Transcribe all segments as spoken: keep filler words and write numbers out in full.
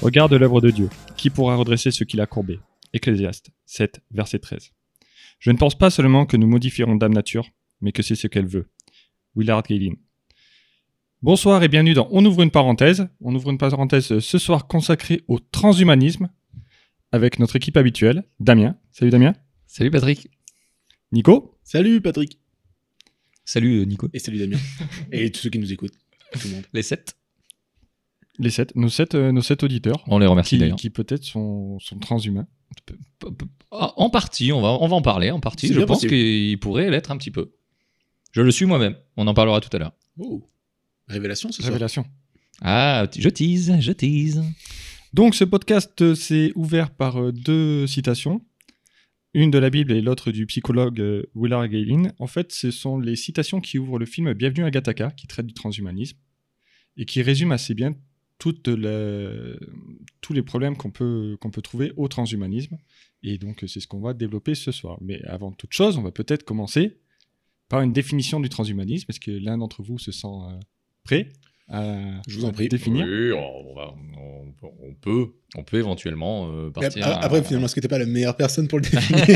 Regarde l'œuvre de Dieu. Qui pourra redresser ce qu'il a courbé? Ecclésiaste sept, verset treize. Je ne pense pas seulement que nous modifierons Dame Nature, mais que c'est ce qu'elle veut. Willard Gaylin. Bonsoir et bienvenue dans On ouvre une parenthèse. On ouvre une parenthèse ce soir consacrée au transhumanisme avec notre équipe habituelle. Damien. Salut Damien. Salut Patrick. Nico. Salut Patrick. Salut Nico. Et salut Damien. Et tous ceux qui nous écoutent. Tout le monde. Les sept. Les sept, nos sept, euh, nos sept auditeurs. On les remercie qui, d'ailleurs. Qui peut-être sont, sont transhumains. En partie, on va, on va en parler. En partie, C'est je bien pense possible. qu'il pourrait l'être un petit peu. Je le suis moi-même. On en parlera tout à l'heure. Oh. Révélation ce soir. Révélation. Ah, je tease, je tease. Donc ce podcast euh, s'est ouvert par euh, deux citations. Une de la Bible et l'autre du psychologue euh, Willard Gaylin. En fait, ce sont les citations qui ouvrent le film Bienvenue à Gattaca, qui traite du transhumanisme et qui résume assez bien toute la... tous les problèmes qu'on peut, qu'on peut trouver au transhumanisme. Et donc, c'est ce qu'on va développer ce soir. Mais avant toute chose, on va peut-être commencer par une définition du transhumanisme. Est-ce que l'un d'entre vous se sent euh, prêt à Je vous en prie. définir? Oui, on, va- on- on peut, on peut éventuellement euh, Mais partir. ap- à- Après, finalement, est-ce que t'es pas la meilleure personne pour le définir?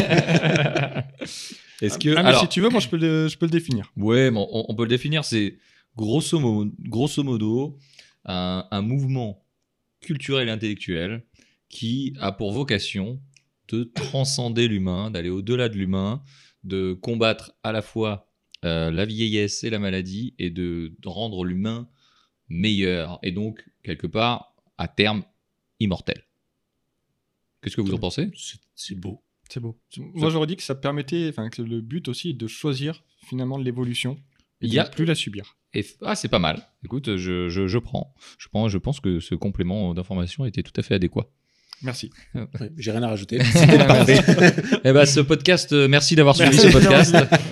Est-ce que Ah, mais alors, si tu veux, moi, je peux le, je peux le définir. ouais, bon, on, on peut le définir. C'est grosso modo, grosso modo un, un mouvement culturel et intellectuel qui a pour vocation de transcender l'humain, d'aller au-delà de l'humain, de combattre à la fois euh, la vieillesse et la maladie et de, de rendre l'humain meilleur et donc quelque part à terme immortel. Qu'est-ce que vous en pensez? C'est- C'est beau. C'est beau. Moi, j'aurais dit que ça permettait, enfin, que le but aussi est de choisir finalement l'évolution et Il de y a- ne plus la subir. Et f- ah, c'est pas mal. Écoute, je, je, je prends. Je prends. Je pense que ce complément d'information était tout à fait adéquat. Merci. Ouais, j'ai rien à rajouter. C'était parfait. Eh ben, ce podcast, euh, merci d'avoir suivi Merci. ce podcast.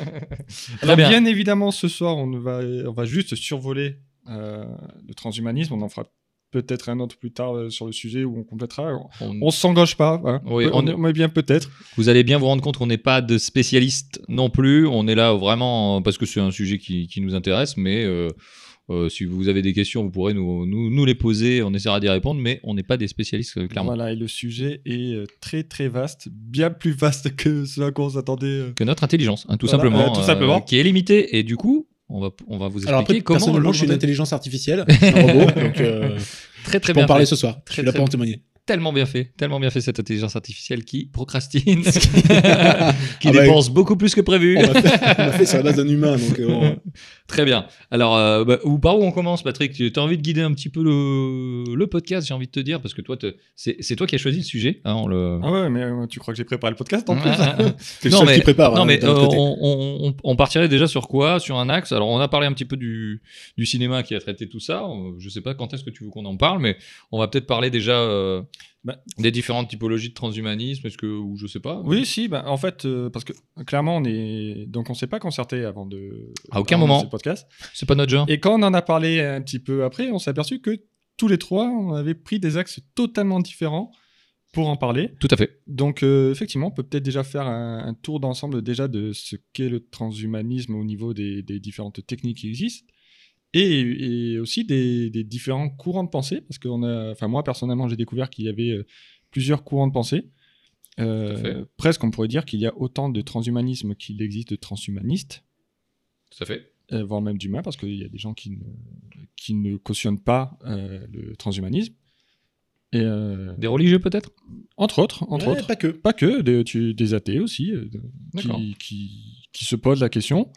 Alors, bien. bien. évidemment, ce soir, on va, on va juste survoler euh, le transhumanisme. On en fera peut-être un autre plus tard euh, sur le sujet où on complétera. On- On s'engage pas. Hein. Oui, Peu- on- on, mais bien peut-être. Vous allez bien vous rendre compte qu'on n'est pas de spécialistes non plus. On est là vraiment parce que c'est un sujet qui, qui nous intéresse, mais euh, euh, si vous avez des questions, vous pourrez nous, nous, nous les poser. On essaiera d'y répondre, mais on n'est pas des spécialistes, euh, clairement. Voilà, et le sujet est euh, très très vaste, bien plus vaste que ce à quoi on s'attendait. euh. Que notre intelligence, hein, tout Voilà, simplement, euh, tout simplement. qui est limitée. Et du coup, on va, on va vous expliquer Alors après, comment. personnellement, je suis une l'augmenter- intelligence artificielle, je suis un robot, donc euh, Très très je peux en bien parler fait. ce soir. Je Très, suis là très pour en bien. témoigner. Tellement bien fait, tellement bien fait cette intelligence artificielle qui procrastine, qui Ah bah, dépense beaucoup plus que prévu. On m'a fait, on m'a fait sur la base d'un humain, donc euh, on- Très bien. Alors, euh, bah, où- par où on commence, Patrick? Tu as envie de guider un petit peu le, le podcast, j'ai envie de te dire, parce que toi, te- c'est c'est toi qui as choisi le sujet. Hein, on le... Ah ouais, mais euh, tu crois que j'ai préparé le podcast en plus? t'es le Non, seul mais- qui prépare. Non, hein, mais d'un autre euh, côté. on, on- on- on partirait déjà sur quoi? Sur un axe. Alors, on a parlé un petit peu du, du cinéma qui a traité tout ça. Euh, Je sais pas quand est-ce que tu veux qu'on en parle, mais on va peut-être parler déjà euh, Bah. des différentes typologies de transhumanisme. Est-ce que, ou je sais pas. Oui, si, bah, en fait, euh, parce que clairement, on est. Donc, on s'est pas concerté avant de. À aucun avant de moment. ce podcast. C'est pas notre genre. Et quand on en a parlé un petit peu après, on s'est aperçu que tous les trois, on avait pris des axes totalement différents pour en parler. Tout à fait. Donc, euh, effectivement, on peut peut-être déjà faire un, un tour d'ensemble déjà de ce qu'est le transhumanisme au niveau des, des différentes techniques qui existent. Et, et aussi des, des différents courants de pensée, parce que on a, enfin moi personnellement j'ai découvert qu'il y avait euh, plusieurs courants de pensée. Euh, Tout à fait. presque on pourrait dire qu'il y a autant de transhumanisme qu'il existe de transhumanistes, Tout à fait. euh, voire même d'humains, parce qu'il y a des gens qui ne, qui ne cautionnent pas euh, le transhumanisme. Et, euh, Des religieux peut-être? entre autres, entre Ouais, autres. pas que. Pas que, des, tu- des athées aussi, euh, de- D'accord. qui, qui, qui se posent la question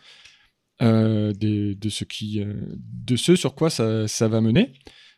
euh, des- de, ce qui, euh, de ce sur quoi ça, ça va mener.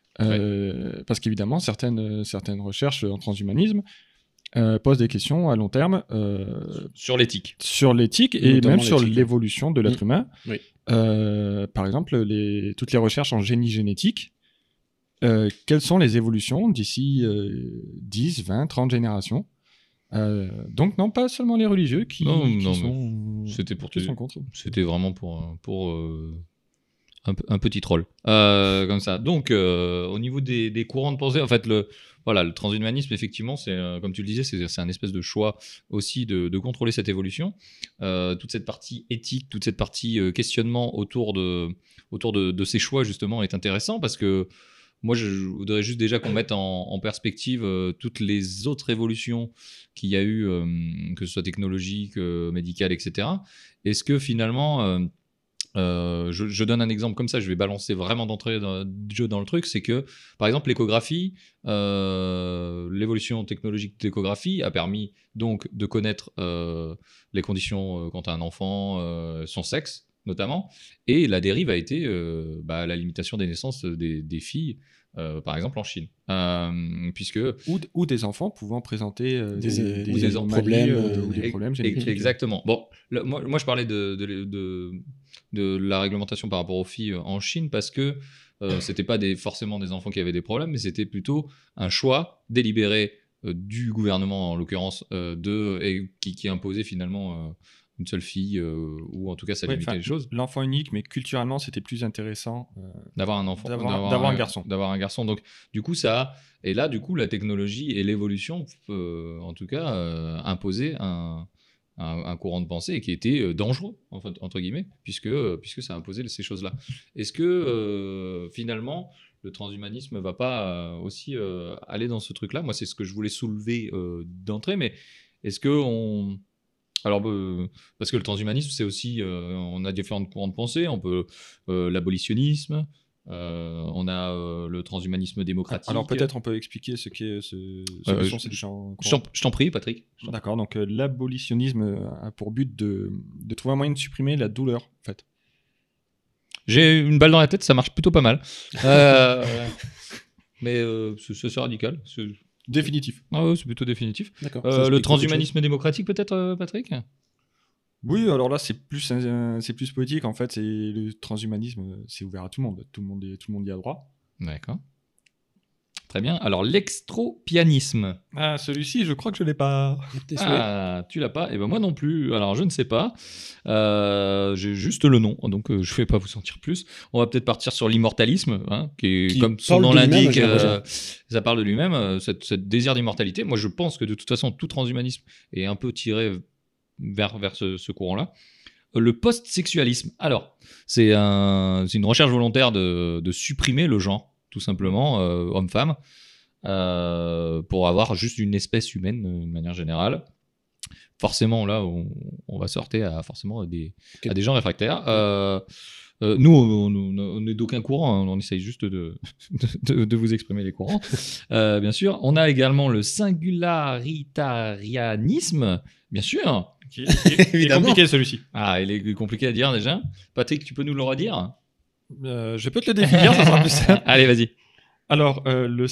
Euh, Parce qu'évidemment, certaines, certaines recherches en transhumanisme euh, posent des questions à long terme euh, Sur l'éthique. sur l'éthique et Notamment même sur l'éthique. l'évolution de l'être Mm. humain. Oui. Euh, par exemple, les, toutes les recherches en génie génétique, euh, quelles sont les évolutions d'ici euh, dix, vingt, trente générations? Euh, donc non, pas seulement les religieux qui, Non, qui non, sont, C'était pour qui te- sont contre. C'était vraiment pour, pour euh, un, p- un petit troll. Euh, comme ça. Donc, euh, au niveau des, des courants de pensée, en fait, le, voilà, le transhumanisme, effectivement, c'est, euh, comme tu le disais, c'est, c'est un espèce de choix aussi de, de contrôler cette évolution. Euh, toute cette partie éthique, toute cette partie euh, questionnement autour de, autour de, de ces choix, justement, est intéressant parce que moi, je voudrais juste déjà qu'on mette en, en perspective euh, toutes les autres évolutions qu'il y a eu, euh, que ce soit technologique, euh, médicale, et cetera. Est-ce que finalement, euh, euh, je, je donne un exemple comme ça, je vais balancer vraiment d'entrée dans- du jeu dans le truc, c'est que, par exemple, l'échographie, euh, l'évolution technologique de l'échographie a permis donc de connaître euh, les conditions euh, quant à un enfant, euh, son sexe notamment, et la dérive a été euh, bah, la limitation des naissances des, des filles, euh, par exemple en Chine, Euh, puisque Ou, d- ou des enfants pouvant présenter euh, Des- des, ou des anomalies, problèmes, euh, euh, ou des Ex- problèmes ex- génétiques. Exactement. Bon, le- moi, moi, je parlais de, de, de, de la réglementation par rapport aux filles en Chine parce que euh, c'était pas des, forcément des enfants qui avaient des problèmes, mais c'était plutôt un choix délibéré euh, du gouvernement, en l'occurrence, euh, de, et qui, qui imposait finalement euh, une seule fille, euh, ou en tout cas ça Ouais, limitait enfin, les choses, l'enfant unique, mais culturellement, c'était plus intéressant. euh, d'avoir un enfant, D'avoir- d'avoir un garçon. d'avoir un garçon. Donc, du coup, ça, et là, du coup, la technologie et l'évolution, euh, en tout cas, euh, imposaient un, un, un courant de pensée qui était euh, dangereux, en fait, entre guillemets, puisque, euh, puisque ça imposait ces choses-là. Est-ce que euh, finalement, le transhumanisme va pas euh, aussi euh, aller dans ce truc-là? Moi, c'est ce que je voulais soulever euh, d'entrée, mais est-ce que on alors, euh, parce que le transhumanisme, c'est aussi, euh, on a différents courants de pensée. On peut euh, l'abolitionnisme, euh, on a euh, le transhumanisme démocratique. Alors peut-être on peut expliquer ce, qu'est ce, ce Euh, que sont je- ces différents Je t'en- je t'en prie, Patrick. Je t'en- D'accord, donc euh, l'abolitionnisme euh, a pour but de, de trouver un moyen de supprimer la douleur, en fait. J'ai une balle dans la tête, ça marche plutôt pas mal. Euh, mais euh, c'est c'est assez radical. C'est Définitif. ah ouais, c'est plutôt définitif. D'accord. Euh, Ça le explique beaucoup de transhumanisme démocratique, peut-être, euh, Patrick? Oui, alors là c'est plus euh, c'est plus politique en fait. C'est le transhumanisme, euh, c'est ouvert à tout le monde. Tout le monde est, tout le monde y a droit. D'accord. Très bien. Alors, l'extropianisme. Ah, celui-ci, je crois que je l'ai pas. choses. Tes souhaits. Ah, tu l'as pas? Et ben moi non plus. Alors je ne sais pas. Euh, J'ai juste le nom, donc euh, je vais pas vous en dire plus. On va peut-être partir sur l'immortalisme, hein, qui est Qui comme son parle nom de lui-même, l'indique, j'ai l'impression. euh, ça parle de lui-même, euh, cette, cette désir d'immortalité. Moi je pense que de toute façon tout transhumanisme est un peu tiré vers, vers ce, ce courant-là. Le post-sexualisme. Alors, c'est un, c'est une recherche volontaire de, de supprimer le genre, tout simplement, euh, homme-femme, euh, pour avoir juste une espèce humaine, euh, de manière générale. Forcément, là, on, on va sortir à, forcément, à des, Ok. à des gens réfractaires. Euh, euh, nous, on on- on n'est d'aucun courant, hein, on essaye juste de, de, de- de vous exprimer les courants, euh, bien sûr. On a également le singularitarianisme, bien sûr. Qui est, qui est- qui est Évidemment. compliqué celui-ci. Ah, il est compliqué à dire déjà. Patrick, tu peux nous le redire? Euh, je peux te le définir, ça sera plus simple. Allez, vas-y. Alors, euh, le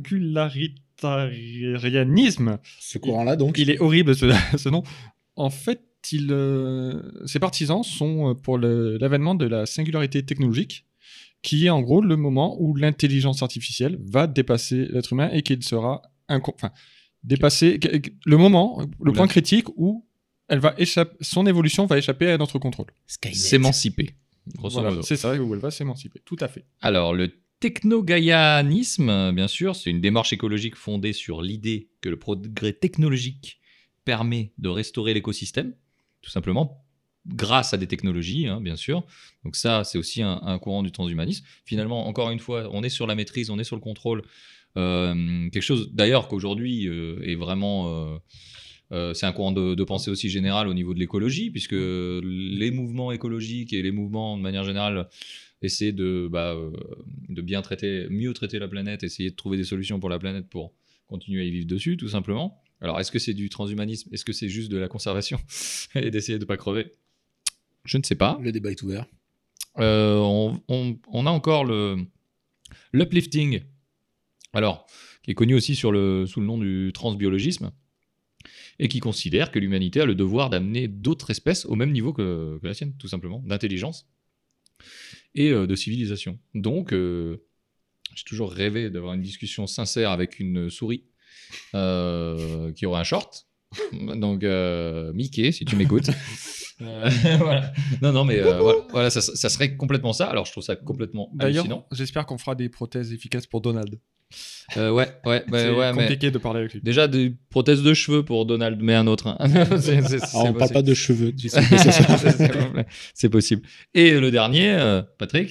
singularitarianisme, Ce courant-là, donc. il est horrible ce, ce nom. En fait, il, euh, ses partisans sont euh, pour le- l'avènement de la singularité technologique, qui est en gros le moment où l'intelligence artificielle va dépasser l'être humain et qu'il sera inco- enfin, dépasser que- que- le moment, le Oula. point critique où elle va échapper, son évolution va échapper à notre contrôle. Skynet. S'émanciper, grosso Voilà, modo. c'est ça, où elle va s'émanciper. Tout à fait. Alors, le technogaianisme, bien sûr, c'est une démarche écologique fondée sur l'idée que le progrès technologique permet de restaurer l'écosystème, tout simplement, grâce à des technologies, hein, bien sûr. Donc ça, c'est aussi un, un courant du transhumanisme. Finalement, encore une fois, on est sur la maîtrise, on est sur le contrôle. Euh, quelque chose, d'ailleurs, qu'aujourd'hui euh, est vraiment... euh, euh, c'est un courant de, de pensée aussi général au niveau de l'écologie, puisque les mouvements écologiques et les mouvements, de manière générale, essayer de, bah, euh, de bien traiter, mieux traiter la planète, essayer de trouver des solutions pour la planète pour continuer à y vivre dessus, tout simplement. Alors, est-ce que c'est du transhumanisme? Est-ce que c'est juste de la conservation et d'essayer de ne pas crever? Je ne sais pas. Le débat est ouvert. Euh, on, on- on a encore le l'uplifting, alors qui est connu aussi sur le, sous le nom du transbiologisme, et qui considère que l'humanité a le devoir d'amener d'autres espèces au même niveau que, que la sienne, tout simplement, d'intelligence et euh, de civilisation. Donc, euh, j'ai toujours rêvé d'avoir une discussion sincère avec une souris euh, qui aurait un short. Donc, euh, Mickey, si tu m'écoutes. Euh, voilà. Non, non, mais euh, voilà, voilà, ça, ça serait complètement ça. Alors, je trouve ça complètement D'ailleurs, hallucinant. j'espère qu'on fera des prothèses efficaces pour Donald. Euh, ouais, ouais, bah, c'est ouais, mais compliqué de parler avec lui. déjà des prothèses de cheveux pour Donald, mais un autre. hein. C'est- c'est- c'est Alors, on parle possible. pas de cheveux. tu sais, mais c'est ça. C'est possible. Et le dernier, euh, Patrick,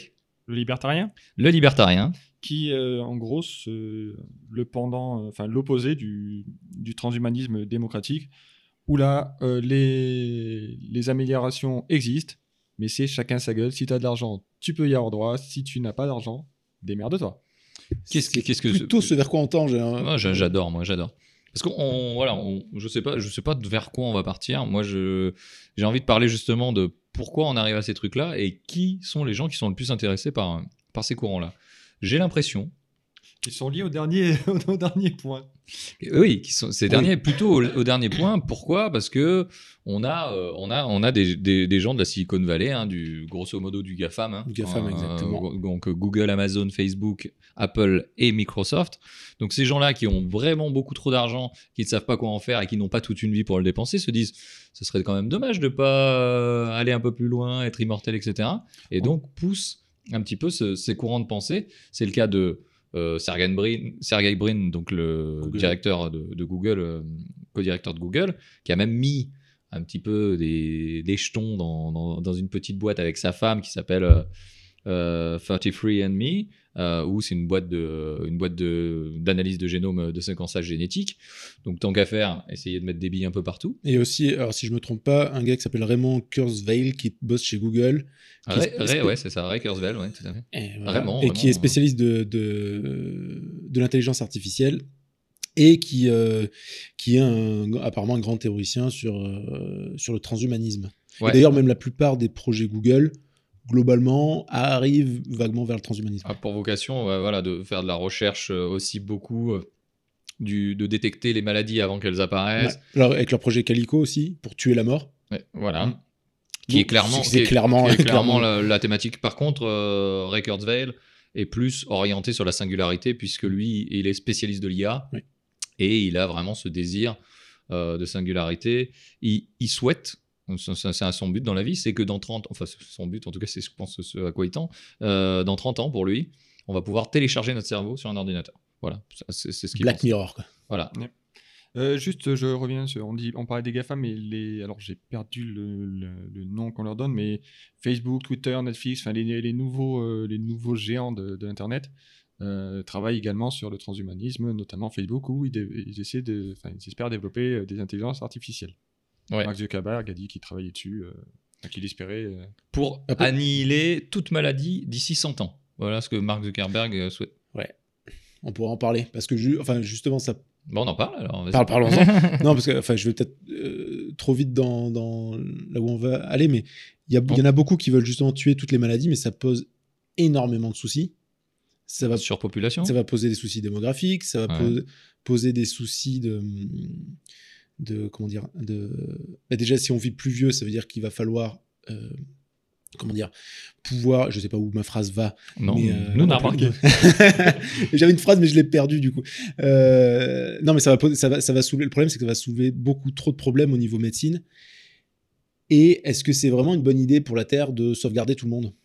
Le libertarien, Le libertarien. qui, euh, en gros, se- le pendant, euh, enfin l'opposé du, du transhumanisme démocratique, où là, euh, les, les améliorations existent, mais c'est chacun sa gueule. Si tu as de l'argent, tu peux y avoir droit. Si tu n'as pas d'argent, démerde-toi. Qu'est-ce que- C'est qu'est-ce que plutôt ce vers quoi on tend. j'ai un- Moi, j'a- j'adore, moi, j'adore. Parce qu'on, on- voilà, on- je sais pas, je sais pas vers quoi on va partir. Moi, je, j'ai envie de parler justement de pourquoi on arrive à ces trucs-là et qui sont les gens qui sont le plus intéressés par, par ces courants-là. J'ai l'impression, Ils sont liés au dernier, au dernier point. euh, oui, qui sont, ces Oui. derniers plutôt au, au dernier point. Pourquoi? Parce que on a, euh, on a, on a des, des, des gens de la Silicon Valley, hein, du grosso modo du GAFAM, hein, Du GAFAM, exactement. donc euh, Google, Amazon, Facebook, Apple et Microsoft. Donc ces gens-là qui ont vraiment beaucoup trop d'argent, qui ne savent pas quoi en faire et qui n'ont pas toute une vie pour le dépenser, se disent ce serait quand même dommage de pas euh, aller un peu plus loin, être immortel, et cetera. Et donc poussent un petit peu ce- ces courants de pensée. C'est le cas de euh, Sergey Brin, Sergey Brin, donc le Google. directeur de, de Google, euh, co-directeur de Google, qui a même mis un petit peu des, des jetons dans, dans, dans une petite boîte avec sa femme qui s'appelle euh, euh, trente-trois and me, euh, où c'est une boîte de, une boîte de, d'analyse de génome de séquençage génétique. Donc tant qu'à faire, essayer de mettre des billes un peu partout. Et aussi, alors si je me trompe pas, un gars qui s'appelle Raymond Kurzweil qui bosse chez Google. Qui Ray, est Ray, spé- ouais, c'est ça, Ray Kurzweil, ouais, tout à fait. Et, voilà. Vraiment, Et vraiment, qui est spécialiste de, de, de l'intelligence artificielle et qui, euh, qui est un, apparemment un grand théoricien sur, euh, sur le transhumanisme. Ouais. Et d'ailleurs, même la plupart des projets Google, globalement, arrivent vaguement vers le transhumanisme. A pour vocation, ouais, voilà, de faire de la recherche euh, aussi beaucoup, euh, du, de détecter les maladies avant qu'elles apparaissent. Ouais. Alors, avec leur projet Calico aussi, pour tuer la mort. Ouais, voilà. Mm. Qui est Donc, clairement, c'est qui est- clairement- qui est clairement clairement- la, la thématique. Par contre, euh, Ray Kurzweil est plus orienté sur la singularité puisque lui, il est spécialiste de l'I A Oui. et il a vraiment ce désir euh, de singularité. Il, il souhaite, c'est c'est son but dans la vie, c'est que dans trente, enfin c'est son but en tout cas, c'est je pense ce à quoi il tend, euh, dans trente ans pour lui, on va pouvoir télécharger notre cerveau sur un ordinateur. Voilà, ça, c'est c'est ce qu'il Black pense. Mirror, quoi. Voilà. Euh, juste, je reviens sur. On, dit, on parlait des GAFA, mais les. Alors, j'ai perdu le, le, le nom qu'on leur donne, mais Facebook, Twitter, Netflix, enfin, les, les, nouveaux, euh, les nouveaux géants de, de l'Internet euh, travaillent également sur le transhumanisme, notamment Facebook, où ils, dé- ils essaient de. Enfin, ils espèrent développer euh, des intelligences artificielles. Ouais. Mark Zuckerberg a dit qu'il travaillait dessus, euh, enfin, qu'il espérait. euh, Pour Après- annihiler toute maladie d'ici cent ans. Voilà ce que Mark Zuckerberg euh, souhaite. On pourra en parler. Parce que, ju- enfin, justement, ça Bon, on en parle alors. vas-y. Parle, parlons-en. Non, parce que enfin, je vais peut-être euh, trop vite dans, dans là où on va aller, mais il y, a- il y en a beaucoup qui veulent justement tuer toutes les maladies, mais ça pose énormément de soucis. Ça va, Surpopulation. ça va poser des soucis démographiques, ça va Ouais. poser, poser des soucis de, de comment dire, de. Bah, déjà, si on vit plus vieux, ça veut dire qu'il va falloir euh, comment dire, pouvoir. Je sais pas où ma phrase va. Non, mais, euh, nous, on a on a remarqué. J'avais une phrase, mais je l'ai perdue du coup. Euh, non, mais ça va, poser- ça va, ça va soulever. Le problème, c'est que ça va soulever beaucoup trop de problèmes au niveau médecine. Et est-ce que c'est vraiment une bonne idée pour la Terre de sauvegarder tout le monde?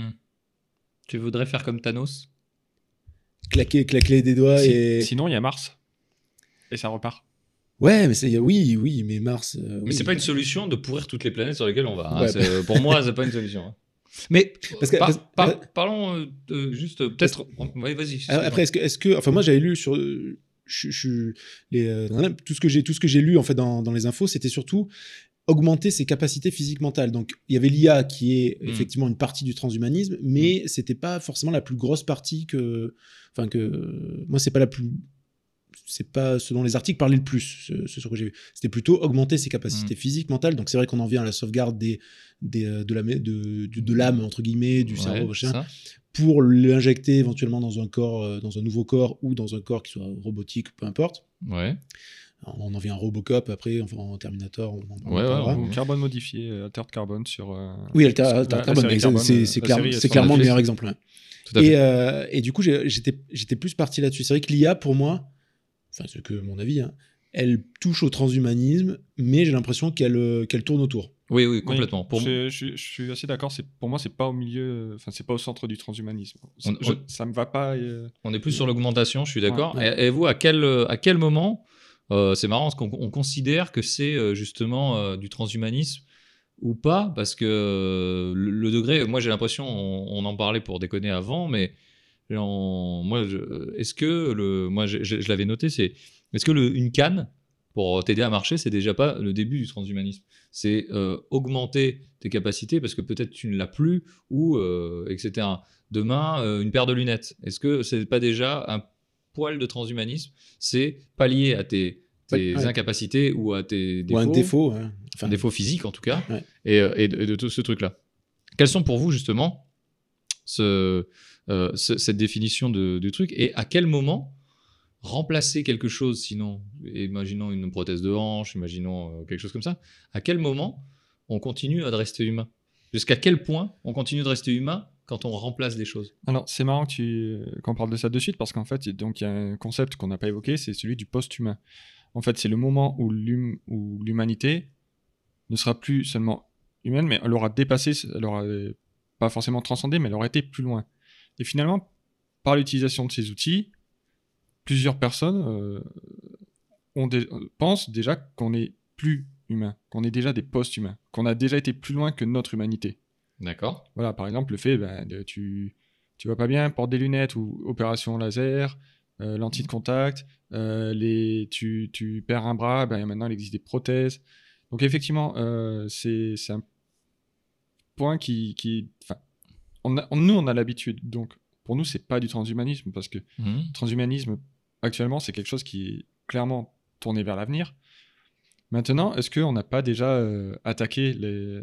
Tu voudrais faire comme Thanos? Claquer, claquer des doigts si- et. Sinon, il y a Mars. Et ça repart. Ouais, mais c'est oui, oui, mais Mars. euh, Mais oui. c'est pas une solution de pourrir toutes les planètes sur lesquelles on va. hein. Ouais. C'est- Pour moi, c'est pas une solution. hein. Mais Parce que- par- parce- par- parlons euh, de- juste euh, peut-être. Ouais, vas-y. Ah, Après, est-ce que, est-ce que, enfin, moi, j'avais lu sur, je, je- je- les, euh, tout ce que j'ai, tout ce que j'ai lu en fait dans, dans les infos, c'était surtout augmenter ses capacités physiques mentales. Donc, il y avait l'I A qui est Mm. effectivement une partie du transhumanisme, mais c'était pas forcément la plus grosse partie que, enfin que, moi, c'est pas la plus, c'est pas ce dont les articles parlaient le plus, ce, ce sur quoi j'ai vu. C'était plutôt augmenter ses capacités Mm. physiques, mentales. Donc, c'est vrai qu'on en vient à la sauvegarde des, des, euh, de la, de, de, de l'âme entre guillemets, du Ouais, cerveau, machin, ça. pour l'injecter éventuellement dans un corps, euh, dans un nouveau corps ou dans un corps qui soit robotique, peu importe. Ouais. Alors, on en vient à Robocop après, enfin en Terminator. On en, on en Ouais, ouais, parlera. ouais. Ou carbone modifié, euh, altered carbone sur. euh, Oui, Alter, sur- Alter la- la Carbone, série mais Carbone, c'est euh, c'est la clair- série c'est sur clairement le Netflix. meilleur exemple. ouais. Tout à fait. Et, euh, et du coup, j'ai- j'étais j'étais plus parti là-dessus. C'est vrai que l'I A, pour moi, enfin, c'est que mon avis, hein, elle touche au transhumanisme, mais j'ai l'impression qu'elle euh, qu'elle tourne autour. Oui, oui, Oui, complètement. Pour moi- je, je- je suis assez d'accord. C'est pour moi, c'est pas au milieu. Enfin, c'est pas au centre du transhumanisme. C'est- On- je- on- ça me va pas. euh, On est plus sur l'augmentation, je suis d'accord. Ouais, Et, et vous, à quel, à quel moment, euh, c'est marrant parce qu'on on considère que c'est euh, justement euh, du transhumanisme ou pas, parce que euh, le, le degré, moi j'ai l'impression, on, on en parlait pour déconner avant, mais en- moi, je- est-ce que le, moi je, je- je l'avais noté, c'est est-ce que le, une canne pour t'aider à marcher, c'est déjà pas le début du transhumanisme. C'est euh, augmenter tes capacités parce que peut-être tu ne l'as plus ou euh, et cetera. Demain, euh, une paire de lunettes. Est-ce que c'est pas déjà un poil de transhumanisme? C'est pallier à tes, tes Ouais, ouais. incapacités ou à tes Ou un défauts, défaut. hein. Enfin, défauts physiques en tout cas, Ouais. et, euh, et de, et de tout ce truc-là. Quels sont pour vous justement ce, euh, ce- cette définition de, du truc et à quel moment remplacer quelque chose, sinon, imaginons une prothèse de hanche, imaginons euh, quelque chose comme ça, à quel moment on continue à rester humain? Jusqu'à quel point on continue de rester humain quand on remplace des choses? Alors, c'est marrant que tu, qu'on parle de ça de suite parce qu'en fait, donc, il y a un concept qu'on n'a pas évoqué, c'est celui du post-humain. En fait, c'est le moment où, l'hum- où l'humanité ne sera plus seulement humaine, mais elle aura dépassé, elle aura euh, pas forcément transcendé, mais elle aura été plus loin. Et finalement, par l'utilisation de ces outils, plusieurs personnes euh, ont dé- euh, pensent déjà qu'on est plus humain, qu'on est déjà des post-humains, qu'on a déjà été plus loin que notre humanité. D'accord. Voilà, par exemple, le fait, ben, de, tu, tu vas pas bien, porte des lunettes ou opération laser, euh, lentilles de contact, euh, les, tu, tu perds un bras, ben, maintenant il existe des prothèses. Donc effectivement, euh, c'est, c'est un point qui... qui enfin, on a- on- nous, on a l'habitude. Donc pour nous, c'est pas du transhumanisme parce que Mhm. le transhumanisme, actuellement, c'est quelque chose qui est clairement tourné vers l'avenir. Maintenant, est-ce qu'on n'a pas déjà euh, attaqué les...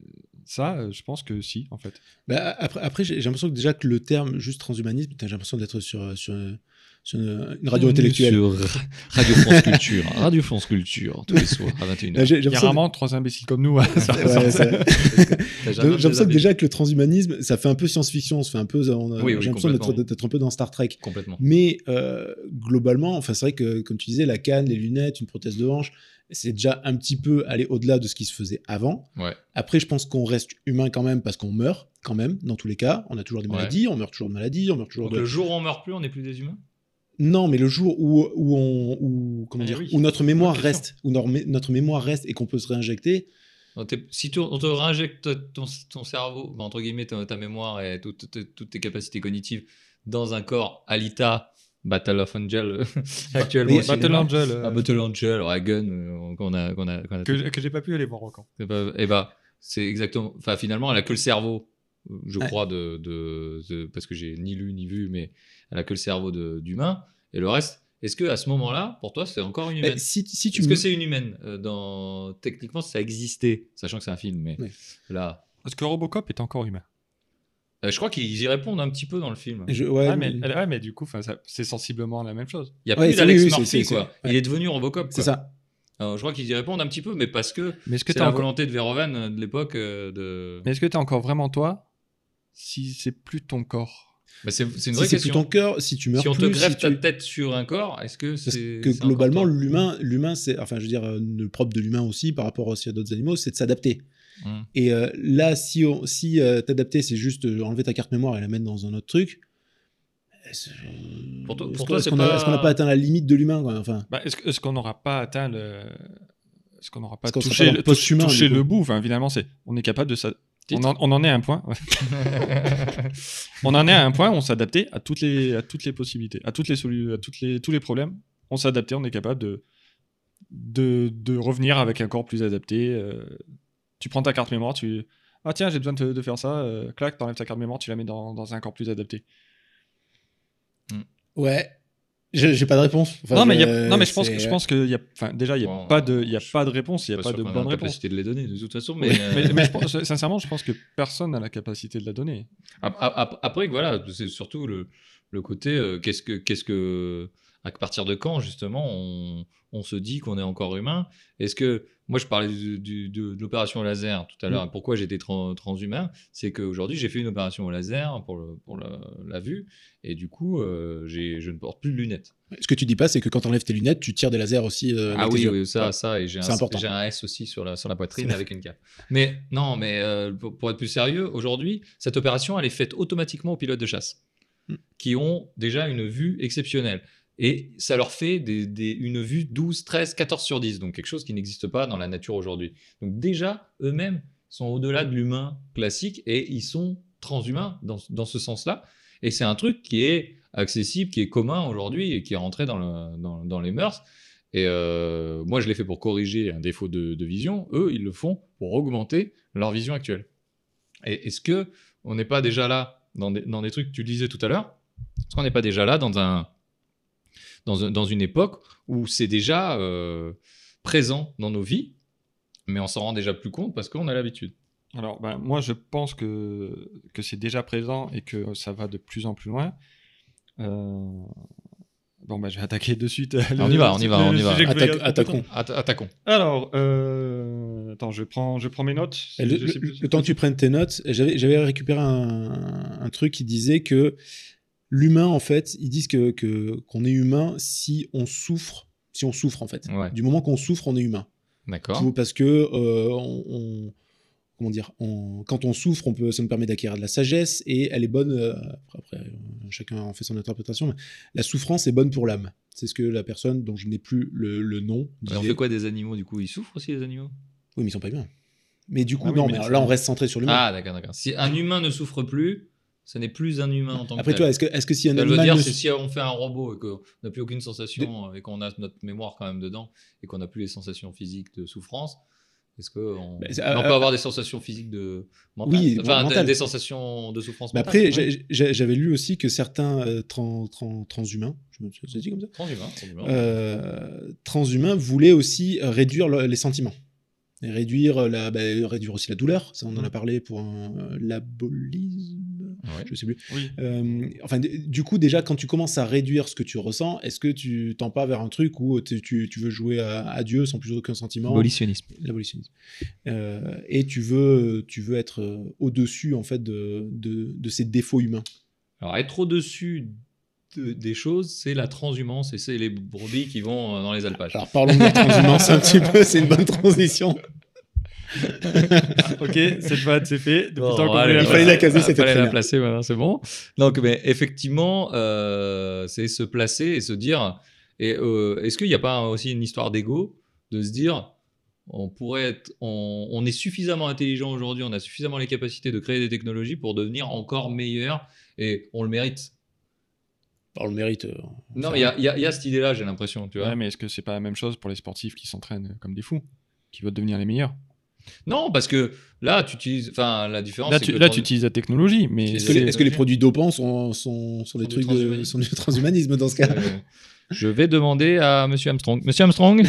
ça? euh, Je pense que si, en fait. Bah, après, après j'ai j'ai l'impression que déjà que le terme juste transhumanisme, putain, j'ai l'impression d'être sur, sur, sur une, une radio intellectuelle. Sur Radio France Culture. Radio France Culture, tous les soirs à vingt et une Là, heures. j'ai- j'ai Il y a l'impression rarement trois imbéciles comme nous. hein, ça- Ouais, ça- T'as J'ai jamais j'ai l'impression que des déjà que le transhumanisme, ça fait un peu science-fiction, ça fait un peu, on a- Oui, oui, j'ai l'impression d'être, complètement. d'être un peu dans Star Trek. Complètement. Mais euh, globalement, enfin, c'est vrai que, comme tu disais, la canne, les lunettes, une prothèse de hanche, c'est déjà un petit peu aller au-delà de ce qui se faisait avant. Ouais. Après, je pense qu'on reste humain quand même parce qu'on meurt quand même, dans tous les cas. On a toujours des Ouais. maladies, on meurt toujours de maladies, on meurt toujours Donc de... le jour où on meurt plus, on n'est plus des humains? Non, mais le jour où, où, on, où, comment Eh dire, oui, où notre mémoire bonne question. reste, où notre, mé- notre mémoire reste et qu'on peut se réinjecter, Donc, t'es- Si tu- on te réinjecte ton, ton cerveau, bah, entre guillemets, ta, ta mémoire et toutes, toutes- toutes tes capacités cognitives dans un corps Alita, Battle of Angel, actuellement mais au cinéma. Battle Angel, euh, Ah, Battle Angel, ouais, Gun, euh, qu'on a, qu'on a, qu'on a que, que j'ai pas pu aller voir encore. Et bah, et bah, c'est exactement. Enfin, finalement, elle a que le cerveau, euh, je Ouais. crois, de, de, de- parce que j'ai ni lu ni vu, mais elle a que le cerveau de- d'humain. Et le reste, est-ce que à ce moment-là, pour toi, c'est encore une bah, humaine? si, si tu Est-ce me- que c'est une humaine euh, dans... Techniquement, ça existait, sachant que c'est un film, mais Ouais. là, Parce que Robocop est encore humain. euh, je crois qu'ils y répondent un petit peu dans le film. je- ouais, Ouais, mais, mais- ouais, mais du coup, 'fin, ça- c'est sensiblement la même chose. Il y a Ouais, plus c'est- d'Alex oui, oui, c'est- Murphy, c'est- quoi. c'est- Il ouais. est devenu Robocop. c'est quoi. ça. Alors, je crois qu'ils y répondent un petit peu, mais parce que Mais est-ce que c'est tu la encore... volonté de Verhoeven euh, de l'époque euh, de. Mais est-ce que t'es encore vraiment toi si c'est plus ton corps? Bah, c'est c'est une Si vraie c'est plus question. ton cœur, si tu meurs Si on te plus, greffe si ta tu... tête sur un corps, est-ce que Parce c'est. que c'est encore globalement, toi l'humain, l'humain, c'est, enfin, je veux dire, euh, le propre de l'humain aussi, par rapport aussi à d'autres animaux, c'est de s'adapter. Hum. Et euh, là, si, on- si euh, t'adapter, c'est juste euh, enlever ta carte mémoire et la mettre dans un autre truc. Est-ce Pour toi- est-ce pour qu'on- toi, est-ce c'est qu'on a- pas- est-ce qu'on n'a pas atteint la limite de l'humain, quoi, enfin. Bah, est-ce, que- est-ce qu'on n'aura pas atteint le... Est-ce qu'on n'aura pas Est-ce qu'on sera touché, pas dans le, le post-humain, touché du coup le bout? Enfin, finalement, c'est, on est capable de ça. On Titre. en, on en est à un point. ouais. On en est à un point où on s'adaptait à toutes les, à toutes les possibilités, à toutes les solu- à toutes les, tous les problèmes. On s'adaptait, on est capable de, de, de revenir avec un corps plus adapté. euh, tu prends ta carte mémoire, tu ah tiens j'ai besoin de, de faire ça, euh, clac, t'enlèves ta carte mémoire, tu la mets dans, dans un corps plus adapté. Ouais. J'ai j'ai pas de réponse. Enfin, non mais, il y a- je- non mais je pense c'est- que je pense que y a, enfin déjà il y a Bon, pas de, il y a je- pas de réponse, il y a Pas pas sûr de qu'on a bonne la réponse. capacité de les donner, de toute façon, mais. Mais, euh, mais- mais je pense- sincèrement, je pense que personne n'a la capacité de la donner. ap- ap- Après, voilà, c'est surtout le, le côté euh, qu'est-ce que. Qu'est-ce que à partir de quand, justement, on, on se dit qu'on est encore humain? Est-ce que. Moi, je parlais du- du- de, de l'opération au laser tout à l'heure. Pourquoi j'étais tran- transhumain? C'est qu'aujourd'hui, j'ai fait une opération au laser pour, le, pour la, la vue. Et du coup, euh, j'ai- je ne porte plus de lunettes. Ce que tu dis pas, c'est que quand t'enlèves tes lunettes, tu tires des lasers aussi. euh, Ah avec tes oui, yeux. oui, ça, Ouais. ça, et j'ai C'est un, important. j'ai un S aussi sur la, sur la poitrine C'est- avec une cape. Mais non, mais euh, pour, pour être plus sérieux, aujourd'hui, cette opération, elle est faite automatiquement aux pilotes de chasse, Mm. qui ont déjà une vue exceptionnelle. Et ça leur fait des, des- une vue douze, treize, quatorze sur dix, donc quelque chose qui n'existe pas dans la nature aujourd'hui. Donc déjà, eux-mêmes sont au-delà de l'humain classique et ils sont transhumains dans, dans ce sens-là. Et c'est un truc qui est accessible, qui est commun aujourd'hui et qui est rentré dans, le, dans, dans les mœurs. Et euh, moi, je l'ai fait pour corriger un défaut de, de vision. Eux, ils le font pour augmenter leur vision actuelle. Et est-ce que on n'est pas déjà là dans des, dans des trucs que tu disais tout à l'heure? Est-ce qu'on n'est pas déjà là dans, un, dans, un, dans une époque où c'est déjà euh, présent dans nos vies, mais on s'en rend déjà plus compte parce qu'on a l'habitude? Alors, ben, moi, je pense que, que c'est déjà présent et que ça va de plus en plus loin. Euh... Bon, bah, je vais attaquer de suite. Le, on y va, on y va, on y va. Attaque, attaquons. Attaquons. Alors, euh... attends, je prends, je prends mes notes. Le, le, le temps que tu prennes tes notes, j'avais, j'avais récupéré un, un truc qui disait que l'humain, en fait, ils disent que, que, qu'on est humain si on souffre, si on souffre, en fait. Ouais. Du moment qu'on souffre, on est humain. D'accord. Parce que euh, on, on, comment dire, on, quand on souffre, on peut, ça nous permet d'acquérir de la sagesse et elle est bonne. Euh, après, après, chacun en fait son interprétation. Mais la souffrance est bonne pour l'âme. C'est ce que la personne dont je n'ai plus le, le nom disait. On fait quoi des animaux du coup? Ils souffrent aussi les animaux? Oui, mais ils sont pas humains. Mais du coup, ah oui, non. mais Mais là, on reste centré sur l'humain. Ah, d'accord, d'accord. Si un humain ne souffre plus, ce n'est plus un humain en tant Après, que tel. toi, est-ce que, est-ce que si un Ça veut animal dire, ne... c'est si on fait un robot et qu'on n'a plus aucune sensation de... et qu'on a notre mémoire quand même dedans et qu'on n'a plus les sensations physiques de souffrance, est-ce qu'on bah, on euh, peut avoir des sensations physiques de mentales? Oui, enfin, mentales. Des, des sensations de souffrance Mais mentale. après, Oui. j'ai, j'avais lu aussi que certains euh, trans, trans, transhumains, je me suis dit comme ça, Transhumain, transhumain. euh, transhumains voulaient aussi réduire le, les sentiments. Et réduire, la, bah, réduire aussi la douleur. Ça, on en a parlé pour un euh, l'abolisme. Ouais. Je sais plus. Oui. Euh, enfin, du coup, déjà, quand tu commences à réduire ce que tu ressens, est-ce que tu tends pas vers un truc où tu, tu veux jouer à, à Dieu sans plus aucun sentiment? Abolitionnisme. L'abolitionnisme. Euh, et tu veux, tu veux être au-dessus, en fait, de, de, de ces défauts humains. Alors, être au-dessus de, des choses, c'est la transhumance et c'est les brebis qui vont dans les alpages. Alors, parlons de la transhumance un petit peu, c'est une bonne transition. Ok, cette vanne, c'est fait. Depuis Bon, le temps qu'on allez, voulait il fallait la caser, c'était fallait très la bien. placer, voilà, c'est bon. Donc, mais effectivement, euh, c'est se placer et se dire. Et euh, est-ce qu'il n'y a pas aussi une histoire d'ego de se dire, on pourrait être, on, on est suffisamment intelligent aujourd'hui, on a suffisamment les capacités de créer des technologies pour devenir encore meilleur et on le mérite. Alors, le mérite. Euh, Non, mais il y a, y, a, y a cette idée-là, j'ai l'impression, tu vois. Ouais, mais est-ce que c'est pas la même chose pour les sportifs qui s'entraînent comme des fous, qui veulent devenir les meilleurs? Non, parce que là, tu utilises. Enfin, la différence. Là, c'est tu, que là, trans- tu utilises la technologie, mais Est-ce que, les, est-ce que les produits dopants sont, sont, sont des Sont du trucs de, transhumanisme. sont du transhumanisme dans ce cas? Euh, je vais demander à Monsieur Armstrong. Monsieur Armstrong.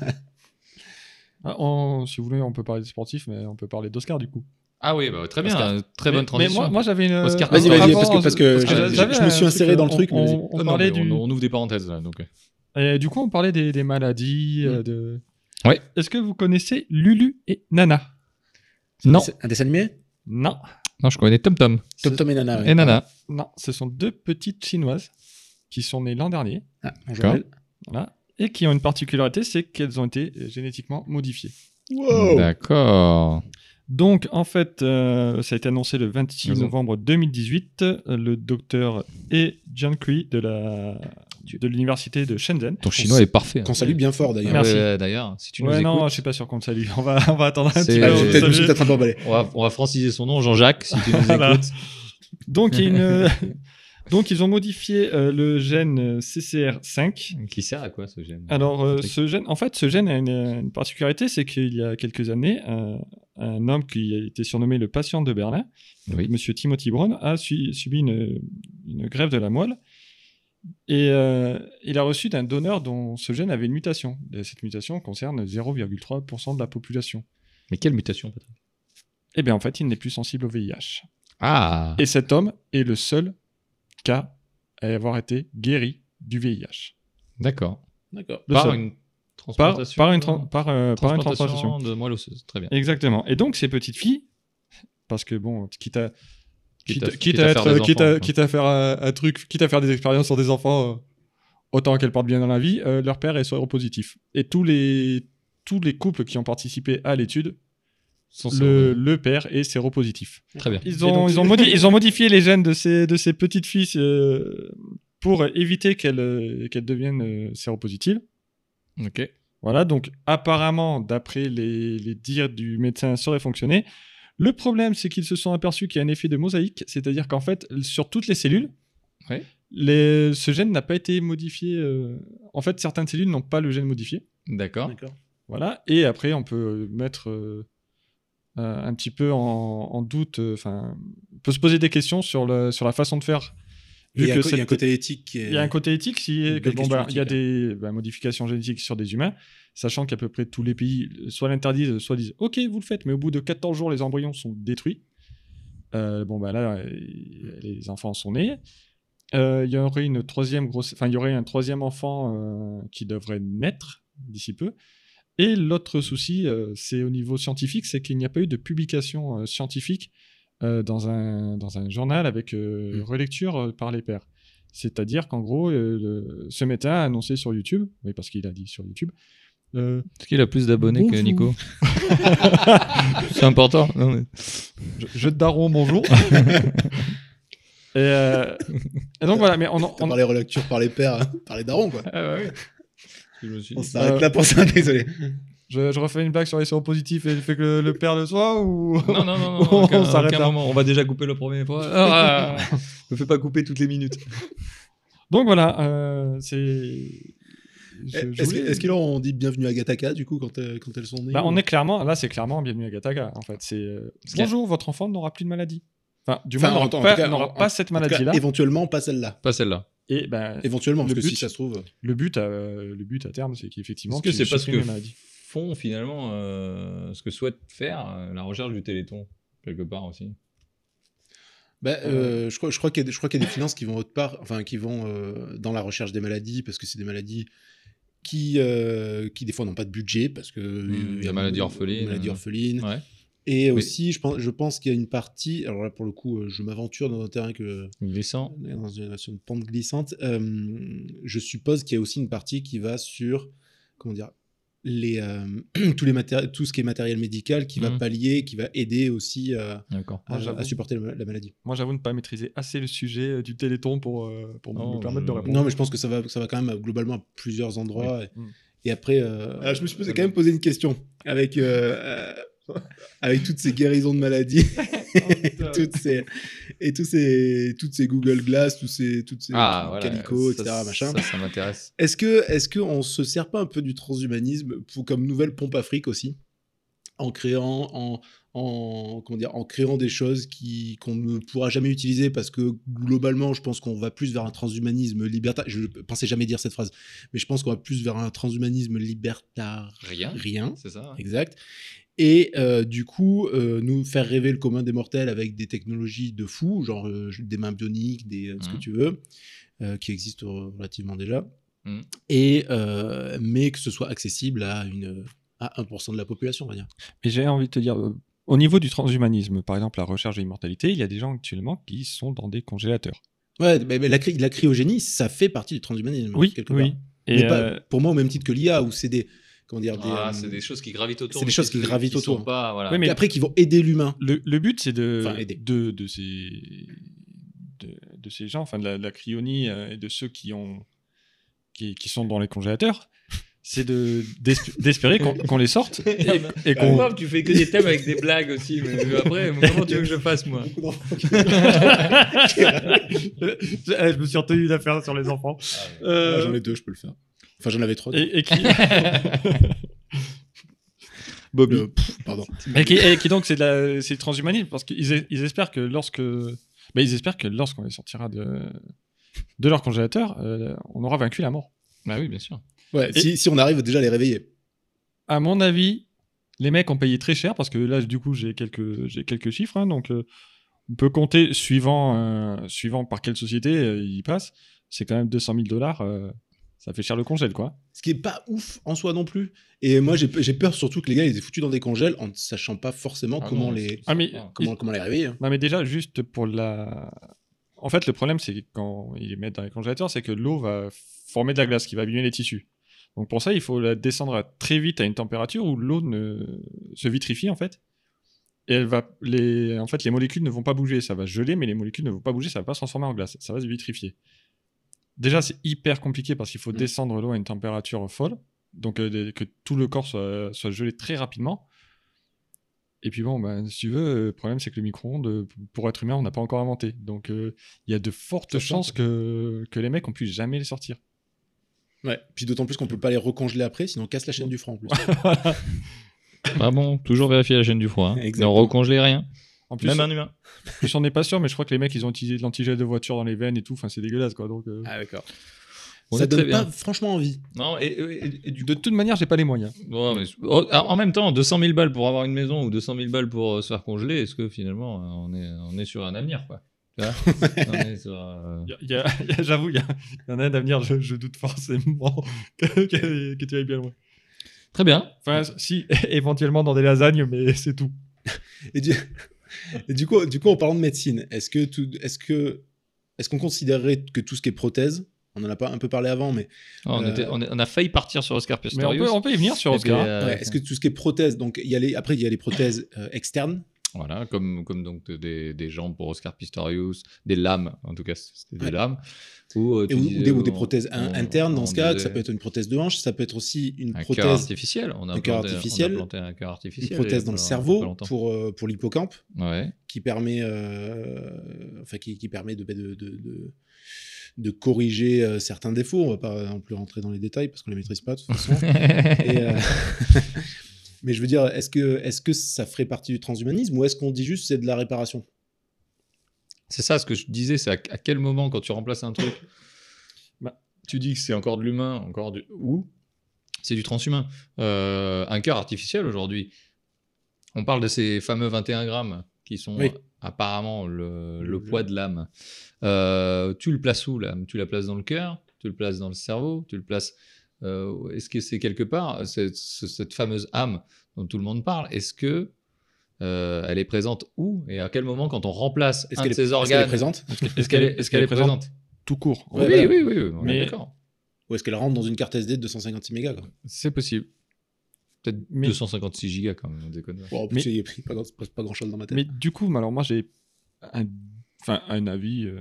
Ah, on- si vous voulez, on peut parler des sportifs, mais on peut parler d'Oscar du coup. Ah oui, bah, très bien, Oscar. euh, très Mais- bonne transition. Mais moi, moi j'avais une. Oscar, Vas-y, Oscar. vas-y, avant, parce que, parce que parce que je- j'avais je me un suis truc, inséré dans le on- truc. mais vas-y. on, on Oh, non, parlait mais du. on, on ouvre des parenthèses là, donc. Et du coup, on parlait des, des maladies. euh, de... Ouais. Est-ce que vous connaissez Lulu et Nana? Non, Un dessin animé? Non. non, je connais Tom Tom Tom Tom et Nana. ouais. et Nana. Non, ce sont deux petites chinoises qui sont nées l'an dernier. Ah, bonjour. D'accord. Voilà. Et qui ont une particularité, c'est qu'elles ont été euh, génétiquement modifiées. Wow. D'accord. Donc, en fait, euh, ça a été annoncé le vingt-six Raison. novembre deux mille dix-huit. Euh, le docteur E. Jiankui de la de l'université de Shenzhen. Ton chinois est parfait. Qu'on salue bien fort d'ailleurs. Merci. Ouais, D'ailleurs, si tu nous Ouais, écoutes, non, je suis pas sûr qu'on le salue. On va, on va attendre un C'est- petit Ah, peu. je Euh, suis peut-être- je suis Salut. peut-être un peu emballé. on va, on va franciser son nom, Jean-Jacques, si tu nous Voilà. écoutes. Donc, il y a une... Donc, ils ont modifié euh, le gène C C R cinq. Qui sert à quoi ce gène? Alors, euh, Patrick. ce gène, en fait, ce gène a une, une particularité, c'est qu'il y a quelques années, euh, un homme qui a été surnommé le patient de Berlin, Oui. Monsieur Timothy Brown, a su- subi une, une greffe de la moelle et euh, il a reçu d'un donneur dont ce gène avait une mutation. Et cette mutation concerne zéro virgule trois pour cent de la population. Mais quelle mutation, Patrick? Et bien, en fait, il n'est plus sensible au V I H. Ah. Et cet homme est le seul cas à avoir été guéri du V I H. D'accord. D'accord. Le Par seul. une Par, transplantation. par une, tran- par, euh, par une transplantation. transplantation de moelle osseuse. Très bien. Exactement. Et donc, ces petites filles, parce que bon, quitte à, quitte, Quitte à- quitte quitte à à être, faire des quitte, enfants, à, quoi. quitte à faire un, un truc, quitte à faire des expériences sur des enfants, euh, autant qu'elles portent bien dans la vie, euh, leur père est séropositif. Et tous les, tous les couples qui ont participé à l'étude, Sans le, le père est séropositif. Très bien. Ils Et ont, donc- ils, ont modi- ils ont modifié les gènes de ces, de ces petites filles euh, pour éviter qu'elles euh, qu'elles deviennent euh, séropositives. Ok. Voilà, donc apparemment, d'après les, les dires du médecin, ça aurait fonctionné. Le problème, c'est qu'ils se sont aperçus qu'il y a un effet de mosaïque, c'est-à-dire qu'en fait, sur toutes les cellules, Ouais. les, ce gène n'a pas été modifié. euh, En fait, certaines cellules n'ont pas le gène modifié. D'accord. D'accord. Voilà, et après, on peut mettre euh, euh, un petit peu en, en doute, enfin, on peut se poser des questions sur, le, sur la façon de faire. Il y, a un que co- il y a un cette- côté éthique qui est. il y a un côté éthique, si Une que, belle bon, question bah, il y a éthique, des bah, modifications génétiques sur des humains, sachant qu'à peu près tous les pays soit l'interdisent, soit disent ok, vous le faites, mais au bout de quatorze jours, les embryons sont détruits. Euh, bon, bah là, euh, les enfants sont nés. Euh, Il y aurait une troisième grosse, enfin, il y aurait un troisième enfant euh, qui devrait naître d'ici peu. Et l'autre souci, euh, c'est au niveau scientifique, c'est qu'il n'y a pas eu de publication euh, scientifique euh, dans, un, dans un journal avec euh, Mm. relecture euh, par les pairs. C'est-à-dire qu'en gros, euh, le- ce médecin a annoncé sur YouTube, oui, parce qu'il a dit sur YouTube, euh, Est-ce qu'il a plus d'abonnés que Bonjour. Nico? C'est important. Non, mais... je, je te daron, bonjour. et, euh, et donc voilà, mais on, en- T'as on- parlé relecture par les pères, hein, par les darons, quoi. Ah ouais. Je me suis On dit. s'arrête Euh, là pour ça, désolé. je, je refais une blague sur les séropositifs et le fait que le, le père le soit ou Non, non, non, non, on aucun, s'arrête aucun là. moment. On va déjà couper le premier fois. Ah, me fais pas couper toutes les minutes. Donc voilà, euh, c'est. je- je Est-ce voulais- que- est-ce qu'ils leur ont dit bienvenue à Gataka, du coup, quand, euh, quand elles sont nées Bah, ou- on est clairement, là c'est clairement bienvenue à Gataka en fait. C'est euh, qu'il y a- bonjour, votre enfant n'aura plus de maladie. Enfin, du Enfin, moins, en- n'aura en pas, tout cas, n'aura en- pas en- cette En tout cas, maladie-là. éventuellement, pas celle-là. Pas celle-là. Et ben, Éventuellement, Le parce que but- si ça se trouve. le but, euh, le but à terme, c'est qu'effectivement, Est-ce que tu c'est pas ce supprimes que les maladies. font finalement, euh, ce que souhaite faire euh, la recherche du Téléthon, quelque part aussi? Bah, euh, je crois, je crois qu'il y a des, je crois qu'il y a des finances qui vont autre part, enfin qui vont euh, dans la recherche des maladies, parce que c'est des maladies qui, euh, qui des fois n'ont pas de budget, parce que Mmh, il y des a maladies des orphelines, maladies euh, orphelines. Ouais. Et aussi, je pense, je pense qu'il y a une partie. Alors là, pour le coup, euh, je m'aventure dans un terrain que Glissant. dans une, sur une pente glissante. Euh, je suppose qu'il y a aussi une partie qui va sur comment dire les euh, tous les matéri- tout ce qui est matériel médical, qui va Mhm. pallier, qui va aider aussi euh, D'accord. à, Ah, j'avoue. à supporter la, la maladie. Moi, j'avoue ne pas maîtriser assez le sujet euh, du Téléthon pour, euh, pour Oh, me permettre de je- répondre. Non, mais je pense que ça va, ça va quand même globalement à plusieurs endroits. Et, Mm. et après, euh, alors, je me suis posé, quand même posé une question avec, euh, euh, avec toutes ces guérisons de maladies toutes ces, et tous ces, toutes ces Google Glass, tous ces, toutes ces Ah, voilà. Calico, ça, et cetera. Machin. Ça, ça m'intéresse. Est-ce que, est-ce que on se sert pas un peu du transhumanisme pour, comme nouvelle pompe Afrique aussi, en créant, en, en, comment dire, en créant des choses qui, qu'on ne pourra jamais utiliser parce que globalement, je pense qu'on va plus vers un transhumanisme libertarien. Je ne pensais jamais dire cette phrase, mais je pense qu'on va plus vers un transhumanisme libertarien. Rien. C'est ça. Ouais. Exact. Et euh, du coup, euh, nous faire rêver le commun des mortels avec des technologies de fou, genre euh, des mains bioniques, des, euh, ce que Mhm. tu veux, euh, qui existent relativement déjà. Mhm. Et, euh, mais que ce soit accessible à, une, à un pour cent de la population, on va dire. Mais j'ai envie de te dire, euh, au niveau du transhumanisme, par exemple, la recherche de l'immortalité, il y a des gens actuellement qui sont dans des congélateurs. Ouais, mais, mais la, cry- la cryogénie, ça fait partie du transhumanisme. Oui, quelque oui. part. Et Mais euh, pas, pour moi, au même titre que l'I A, où c'est des. Comment dire, des, Ah, euh, c'est des choses qui gravitent autour. c'est des mais choses qui gravitent sont autour. Pas, voilà. Oui, mais- et après, qui vont aider l'humain. le, le but, c'est de, Enfin, aider. de, de, ces, de, de ces gens, enfin de la, de la cryonie euh, et de ceux qui, ont, qui, qui sont dans les congélateurs, c'est de, d'esp- d'espérer qu'on, qu'on les sorte et, et qu'on... Pourquoi tu fais que des thèmes avec des blagues aussi, mais après, comment tu veux que je fasse, moi? Eh, je me suis retenu d'affaire sur les enfants. Euh, Ah, j'en ai deux, je peux le faire. Enfin, j'en avais trois. et, et qui... Bobby. Euh, pff, pardon. Et qui, et qui donc c'est de la, c'est le transhumanisme parce qu'ils es- ils espèrent que lorsque, bah, ils espèrent que lorsqu'on les sortira de de leur congélateur, euh, on aura vaincu la mort. Bah oui, bien sûr. Ouais, Et- si, si on arrive déjà à les réveiller. À mon avis, les mecs ont payé très cher parce que là du coup j'ai quelques j'ai quelques chiffres, hein, donc euh, on peut compter suivant euh, suivant par quelle société euh, ils passent, c'est quand même deux cent mille dollars. euh, Ça fait cher le congèle, quoi. Ce qui est pas ouf en soi non plus. Et moi, j'ai j'ai peur surtout que les gars, ils aient foutus dans des congèles en ne sachant pas forcément Ah comment, non, les, c'est- Ah, mais- Ah, comment, comment les réveiller. hein. Non, mais déjà, juste pour la... En fait, le problème, c'est que quand ils les mettent dans les congélateurs, c'est que l'eau va former de la glace qui va abîmer les tissus. Donc pour ça, il faut la descendre à- très vite à une température où l'eau ne... se vitrifie, en fait. Et elle va... les... En fait, les molécules ne vont pas bouger. Ça va geler, mais les molécules ne vont pas bouger, ça va pas se transformer en glace. Ça va se vitrifier. Déjà, c'est hyper compliqué parce qu'il faut Mm. descendre l'eau à une température folle. donc euh, des- que tout le corps soit, soit gelé très rapidement. Et puis bon, bah, si tu veux, le problème c'est que le micro-ondes, euh, pour être humain, on n'a pas encore inventé. Donc il y a de fortes Ça chances change. que, que les mecs on puisse jamais les sortir. Ouais. Puis d'autant plus qu'on peut pas les recongeler après, sinon on casse la chaîne du froid en plus. Ah bon, toujours vérifier la chaîne du froid. Hein. Ne Exactement. recongeler rien. En plus, Même un humain. en plus, on n'est pas sûr, mais je crois que les mecs ils ont utilisé de l'antigel de voiture dans les veines et tout. Enfin, c'est dégueulasse quoi. Donc, euh, Ah d'accord. On Ça est très donne pas bien. franchement envie. Non, et, et- et du de toute manière, j'ai pas les moyens. Bon, mais- oh, en même temps, deux cent mille balles pour avoir une maison ou deux cent mille balles pour euh, se faire congeler, est-ce que finalement euh, on est, on est sur un avenir quoi. Tu vois On est sur, euh, Y a- y a- y a- J'avoue, il y, a- y en a un d'avenir, je, je doute forcément que, que, que tu ailles bien loin. Très bien. Enfin, si, éventuellement dans des lasagnes, mais c'est tout. Et du, et du coup, du coup, en parlant de médecine, est-ce que tout, est-ce que, est-ce qu'on considérerait que tout ce qui est prothèse, on en a pas un peu parlé avant, mais Oh, on, Euh, était- on est- on a failli partir sur Oscar Mais on Pistorius. peut, on peut y venir sur Et puis, Oscar. euh, ouais, est-ce que tout ce qui est prothèse, donc il y a les, après il y a les prothèses euh, externes. Voilà, comme, comme donc des, des jambes pour Oscar Pistorius, des lames, en tout cas c'était des Ouais. lames. Ou, euh, Et tu ou, ou disais, des, ou des on- prothèses in- on- internes dans on ce cas, que disait ça peut être une prothèse de hanche, ça peut être aussi une un cœur prothèse, artificiel. On a un cœur planté- artificiel, on a planté un cœur une artificiel. prothèse il y a dans le pas- il y a cerveau pas longtemps. pour, euh, pour l'hippocampe, Ouais. qui permet, euh, enfin, qui, qui permet de, de, de, de, de corriger euh, certains défauts. On va pas non plus rentrer dans les détails parce qu'on les maîtrise pas de toute façon. Et, euh, mais je veux dire, est-ce que, est-ce que ça ferait partie du transhumanisme ou est-ce qu'on dit juste c'est de la réparation? C'est ça ce que je disais, c'est à, à quel moment quand tu remplaces un truc, bah, tu dis que c'est encore de l'humain, encore du ou c'est du transhumain. Euh, un cœur artificiel aujourd'hui, on parle de ces fameux vingt et un grammes qui sont Oui. apparemment le, le Le- poids de l'âme. Euh, tu le places où l'âme? Tu la places dans le cœur? Tu le places dans le cerveau? Tu le places euh, est-ce que c'est quelque part cette, cette fameuse âme dont tout le monde parle? Est-ce que euh, elle est présente où et à quel moment quand on remplace Est-ce un qu'elle de est, ses est-ce qu'elle est organes? présente Est-ce qu'elle est, est-ce qu'elle est présente? Tout court. Ouais, Oui, voilà. oui, oui, oui, on est Mais- d'accord. ou est-ce qu'elle rentre dans une carte S D de deux cent cinquante-six mégas quoi? C'est possible. Peut-être Mais- deux cent cinquante-six gigas quand même, on déconne. Bon, en plus, Mais- il n'y a pas, grand- pas, pas grand-chose dans ma tête. Mais du coup, alors moi j'ai un, enfin, un avis euh,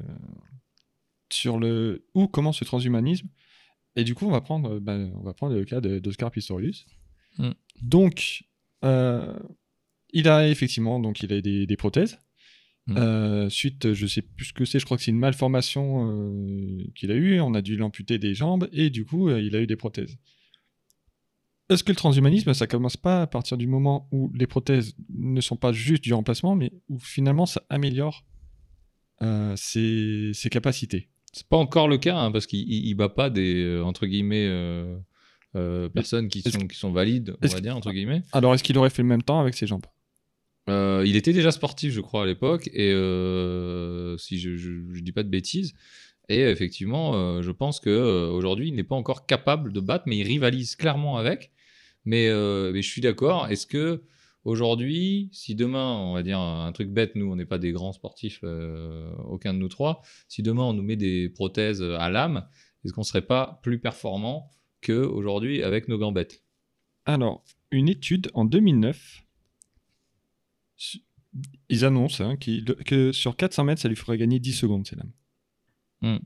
sur le où commence le transhumanisme. Et du coup, on va prendre, euh, ben, on va prendre le cas de- d'Oscar Pistorius. Mm. Donc, euh, il a effectivement, donc il a des, des prothèses. Mm. Euh, suite, je sais plus ce que c'est, je crois que c'est une malformation euh, qu'il a eue. On a dû l'amputer des jambes et du coup, euh, il a eu des prothèses. Est-ce que le transhumanisme, ça commence pas à partir du moment où les prothèses ne sont pas juste du remplacement, mais où finalement ça améliore euh, ses, ses capacités? C'est pas encore le cas, hein, parce qu'il il, il bat pas des, euh, entre guillemets, euh, euh, personnes qui Est-ce sont, qui sont valides, on est-ce va que- dire, entre guillemets. Alors, est-ce qu'il aurait fait le même temps avec ses jambes? Euh, il était déjà sportif, je crois, à l'époque, et euh, si je, je, je dis pas de bêtises. Et effectivement, euh, je pense qu'aujourd'hui, il n'est pas encore capable de battre, mais il rivalise clairement avec. Mais, euh, mais je suis d'accord. Est-ce que aujourd'hui, si demain, on va dire un truc bête, nous, on n'est pas des grands sportifs, euh, aucun de nous trois, si demain on nous met des prothèses à l'âme, est-ce qu'on serait pas plus performant qu'aujourd'hui avec nos gambettes? Alors, une étude en deux mille neuf, su- ils annoncent hein, qu'il- que sur quatre cents mètres, ça lui ferait gagner dix secondes, ces lames. Hmm.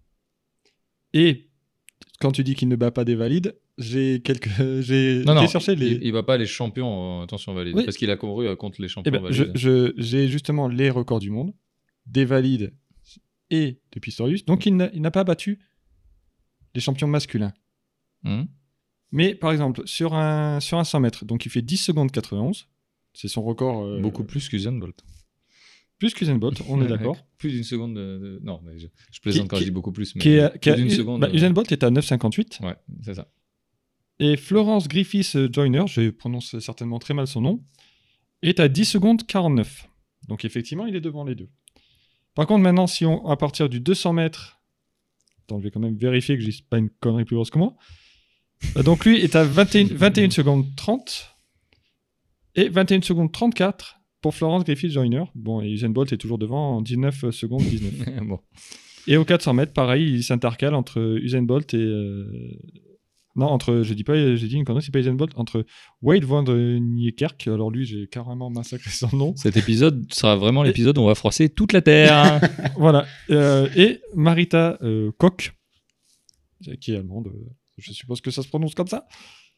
Et quand tu dis qu'il ne bat pas des valides, j'ai quelques, j'ai Non, j'ai non, cherché les. il, il va pas les champions, euh, attention valide, Oui. parce qu'il a couru euh, contre les Eh champions ben, je- valides. je- j'ai justement les records du monde, des valides et de Pistorius. Donc, il n'a il n'a pas battu les champions masculins. Hmm. Mais par exemple, sur un, sur un cent mètres, donc il fait dix secondes quatre-vingt-onze. C'est son record. euh, Beaucoup plus qu'Usain Bolt. Plus qu'Usain Bolt, on est d'accord. Plus d'une seconde de, de- Non, mais je, je plaisante Qui- quand qui- je dis beaucoup plus, mais Qui est, qui plus a- d'une U- seconde. bah, euh, Usain Bolt est à neuf virgule cinquante-huit. Ouais, c'est ça. Et Florence Griffiths Joyner, je prononce certainement très mal son nom, est à dix secondes quarante-neuf. Donc effectivement, il est devant les deux. Par contre, maintenant, si on, à partir du deux cents mètres, attends, je vais quand même vérifier que je dis pas une connerie plus grosse que moi. Euh, Donc lui est à vingt et une, vingt et une secondes trente et vingt et une secondes trente-quatre pour Florence Griffiths Joyner. Bon, et Usain Bolt est toujours devant en dix-neuf secondes dix-neuf. Bon. Et au quatre cents mètres, pareil, il s'intercale entre Usain Bolt et... euh, Non, entre... Je dis pas... J'ai dit une connerie, c'est pas Usain Bolt. Entre Wade Van Niekerk, alors lui, j'ai carrément massacré son nom. Cet épisode sera vraiment l'épisode où on va froisser toute la Terre. Voilà. Euh, et Marita euh, Koch, qui est allemande. euh, Je suppose que ça se prononce comme ça.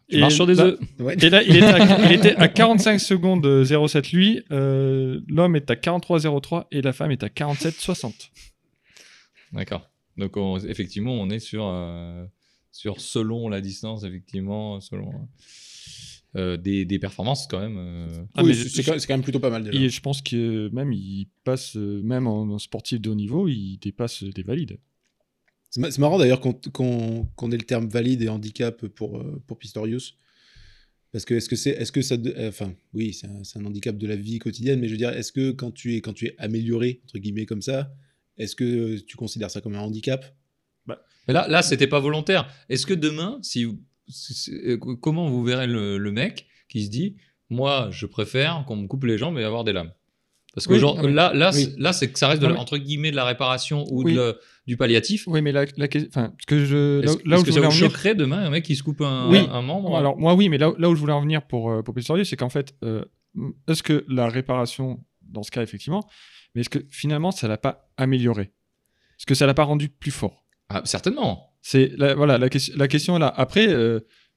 Tu marches sur des là- œufs. Ouais. Et là, il était à, il était à quarante-cinq secondes euh, zéro sept lui. Euh, l'homme est à quarante-trois zéro trois et la femme est à quarante-sept soixante. D'accord. Donc, on- effectivement, on est sur, euh, sur selon la distance, effectivement, selon euh, des, des performances quand même. euh. Ah, Oui, mais c'est je- c'est quand, c'est quand même plutôt pas mal déjà. Et je pense que même il passe, euh, même en, en sportif de haut niveau, il dépasse des valides. C'est ma- c'est marrant d'ailleurs qu'on qu'on qu'on ait le terme valide et handicap pour, euh, pour Pistorius. Parce que est-ce que c'est, est-ce que ça, de- euh, enfin, oui, c'est un, c'est un handicap de la vie quotidienne, mais je veux dire, est-ce que quand tu es, quand tu es amélioré entre guillemets comme ça, est-ce que tu considères ça comme un handicap? Mais là, là, c'était pas volontaire. Est-ce que demain, si, vous- si- si- euh, comment vous verrez le, le mec qui se dit, moi, je préfère qu'on me coupe les jambes et avoir des lames. Parce que Oui, genre, non, mais- là, là, oui. c'est- là, c'est que ça reste de Non, la- mais- entre guillemets de la réparation ou Oui. de le- du palliatif. Oui, mais la, la, que- enfin, ce que je, là, Est-ce là est-ce où que je ça voulais vous en venir, choquerait demain un mec qui se coupe un, Oui. un membre? alors moi oui, mais là, là où je voulais en venir pour euh, pour Pistorius, c'est qu'en fait, euh, est-ce que la réparation, dans ce cas effectivement, mais est-ce que finalement ça l'a pas amélioré? Est-ce que ça l'a pas rendu plus fort? Ah, certainement. C'est la, voilà la question. La question est là. Après, euh,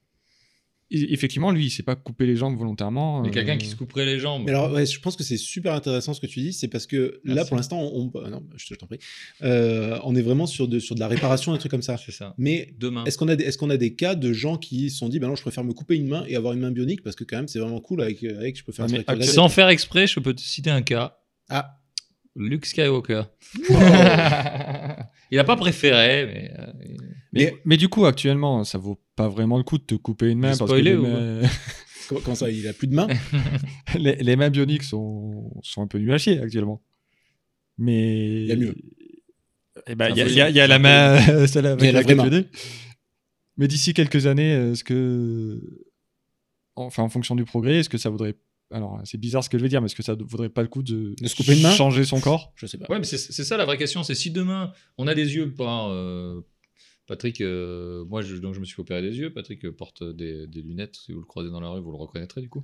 i- effectivement, lui, il s'est pas coupé les jambes volontairement. Mais euh, quelqu'un qui se couperait les jambes. Mais alors, ouais, je pense que c'est super intéressant ce que tu dis, c'est parce que là, Merci. pour l'instant, on, on- ah non, je te- je t'en prie, Euh, on est vraiment sur de, sur de la réparation, des trucs comme ça. C'est ça. Mais Demain. est-ce qu'on a, des- est-ce qu'on a des cas de gens qui se sont dit, bah non, je préfère me couper une main et avoir une main bionique parce que quand même, c'est vraiment cool avec, avec je peux faire Ouais, un mais truc avec la tête. Sans faire exprès, je peux te citer un cas. Ah, Luke Skywalker. Il a pas préféré, mais. euh, il- Mais, Mais- mais du coup, actuellement, ça vaut pas vraiment le coup de te couper une main J'ai parce que spoilé les, ou mains... comment, comment ça, il a plus de main? les, les mains bioniques sont, sont un peu nuls à chier actuellement. Mais Il y a mieux. Eh ben, Ça il y a, faut- il y a- il y a ça la faut- main, celle Il y avec a la laquelle vraie tu main. es né. Mais d'ici quelques années, est-ce que, enfin, en fonction du progrès, est-ce que ça vaudrait, alors c'est bizarre ce que je vais dire, mais est-ce que ça vaudrait pas le coup de, De se couper une main changer son corps? Je sais pas. Ouais, mais c'est c'est ça la vraie question. C'est si demain, on a des yeux, pas. euh, Patrick, euh, moi je, donc je me suis opéré des yeux. Patrick euh, porte des, des lunettes. Si vous le croisez dans la rue, vous le reconnaîtrez du coup.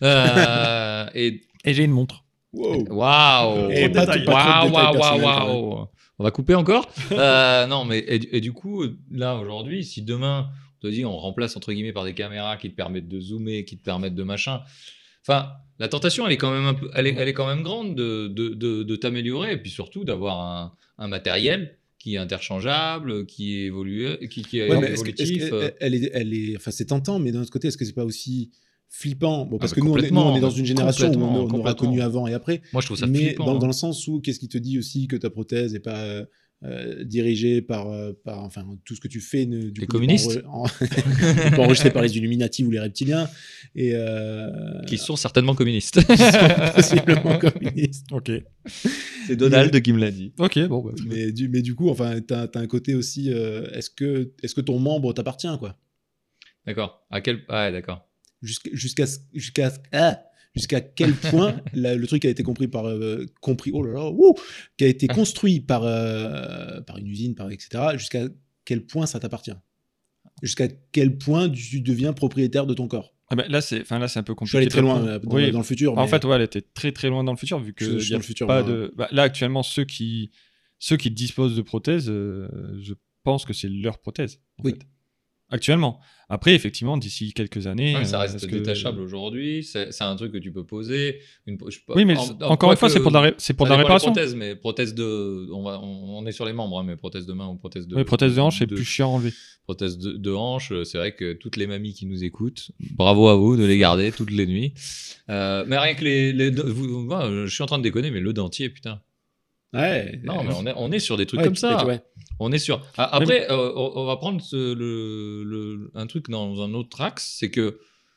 Euh, et Et j'ai une montre. Wow. waouh! Et pas détails. trop- pas trop de Waouh, détails waouh, personnels, waouh, quand même. waouh. On va couper encore? Euh, non, mais et, du- et du coup, là aujourd'hui, si demain on te dit on remplace entre guillemets par des caméras qui te permettent de zoomer, qui te permettent de machin. Enfin, la tentation, elle est quand même un peu, elle est, elle est quand même grande de, de, de, de t'améliorer et puis surtout d'avoir un, un matériel qui est interchangeable, qui est évolué, qui, qui est Ouais, mais est-ce que- est-ce évolutif. que- euh. elle est, elle est, enfin, c'est tentant, mais d'un autre côté, est-ce que c'est pas aussi flippant? Bon, parce Ah, que bah, nous, on est, nous, complètement, on est dans mais une génération où on, complètement, on aura complètement. connu avant et après. Moi, je trouve ça mais flippant. dans, dans hein. le sens où, qu'est-ce qui te dit aussi que ta prothèse n'est pas euh, euh, dirigée par, euh, par, enfin, tout ce que tu fais, ne, du Les coup, n'est communistes. pas, en- n'est pas enregistré par les Illuminati ou les reptiliens, et euh, Qui sont certainement communistes. qui sont possiblement communistes. Ok. C'est Donald qui me l'a dit. Ok, bon. Bah, Mais du, mais du coup, enfin, t'as, t'as un côté aussi. euh, est-ce que, est-ce que ton membre t'appartient, quoi? D'accord. À quel. Ah, ouais, d'accord. Jusqu'à, jusqu'à, ce- jusqu'à, ah, jusqu'à quel point la- le truc a été compris par, euh, compris, oh là là, ouh, qui a été construit par, euh, par une usine, par et cetera. Jusqu'à quel point ça t'appartient? Jusqu'à quel point tu deviens propriétaire de ton corps? ah ben, là, c'est, enfin là, c'est un peu Je compliqué. suis allé très de loin répondre. euh, dans, Oui. dans le futur. En mais- fait, ouais, elle était très très loin dans le futur vu que Je- je suis y a dans le futur, pas moi. de. Bah, là, actuellement, ceux qui ceux qui disposent de prothèses, euh, je pense que c'est leur prothèse. en Oui. fait. Actuellement. Après, effectivement, d'ici quelques années. Ouais, mais ça euh, reste est-ce que- détachable aujourd'hui. C'est c'est un truc que tu peux poser. Une, je sais pas- Oui, mais en- c'est- en- encore une fois, quoique- c'est pour de la, ré- c'est pour de ça la dépend des réparation. prothèses, mais prothèse de. On, va, on, on est sur les membres, hein, mais prothèse de main ou prothèse de. Oui, prothèse de hanche, c'est de- plus chiant à enlever. Prothèse de, de hanche, euh, c'est vrai que toutes les mamies qui nous écoutent, bravo à vous de les garder toutes les nuits. Euh, mais rien que les. les vous- moi, je suis en train de déconner, mais le dentier, putain. Ouais. Non, mais on est, on est sur des trucs Ouais, comme tu- ça. ouais. On est sûr. Ah, après, euh, on, on va prendre ce- le, le- un truc dans un autre axe, c'est que.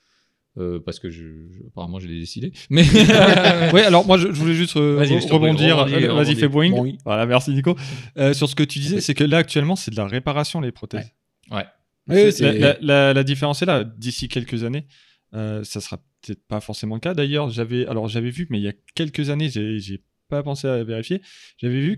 euh, parce que je, je- apparemment, je l'ai décidé. Mais. Oui, alors moi, je, je voulais juste euh, Vas-y, re- je t'en prie, rebondir. rebondis, Euh, Vas-y, rebondis. fais Boeing. Bon, oui. Voilà, merci Nico. Euh, sur ce que tu disais, c'est que là, actuellement, c'est de la réparation, les prothèses. Ouais. Oui, C'est- c'est- la, la- la- la différence est là. D'ici quelques années, euh, ça sera peut-être pas forcément le cas. D'ailleurs, j'avais, alors j'avais vu, mais il y a quelques années, j'ai, j'ai pas pensé à vérifier. J'avais vu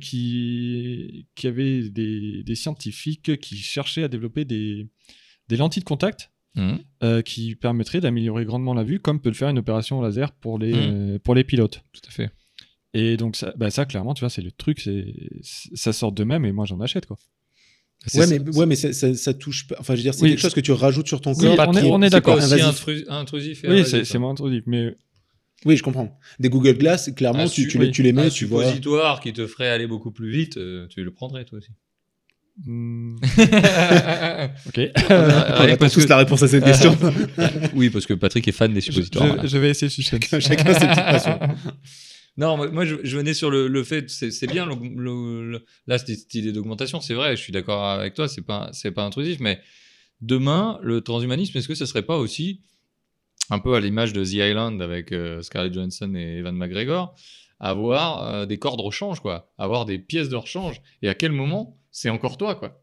qu'il, qu'il y avait des, des scientifiques qui cherchaient à développer des, des lentilles de contact Mhm. euh, qui permettraient d'améliorer grandement la vue, comme peut le faire une opération laser pour les, Mhm. euh, pour les pilotes. Tout à fait. Et donc ça, bah ça, clairement, tu vois, c'est le truc, c'est, ça sort de même et moi j'en achète quoi. C'est Ouais, ça- mais, ouais, mais ça, ça, ça touche pas. Enfin, je veux dire, c'est Oui, quelque chose que tu rajoutes sur ton Oui, corps. on est- qui on est c'est d'accord. pas C'est aussi invasif. intru- intrusif et Oui, invasif, c'est, ça. c'est moins intrusif, mais Oui, je comprends. Des Google Glass, clairement, Un tu, su- tu, les, oui. tu les mets, un tu vois. suppositoire qui te ferait aller beaucoup plus vite, euh, tu le prendrais toi aussi. hmm, ok. On attend parce tous que- la réponse à cette question. Oui, parce que Patrick est fan des je, suppositoires. je- je vais essayer suspense. Chacun- chacun ses petites passions. Non, moi, moi, je, je venais sur le, le fait, c'est, c'est bien, le, le- le- là, cette, cette idée d'augmentation, c'est vrai, je suis d'accord avec toi, c'est pas, c'est pas intrusif, mais demain, le transhumanisme, est-ce que ce serait pas aussi, un peu à l'image de The Island avec euh, Scarlett Johansson et Evan McGregor, avoir euh, des corps de rechange, quoi, avoir des pièces de rechange, et à quel moment c'est encore toi, quoi.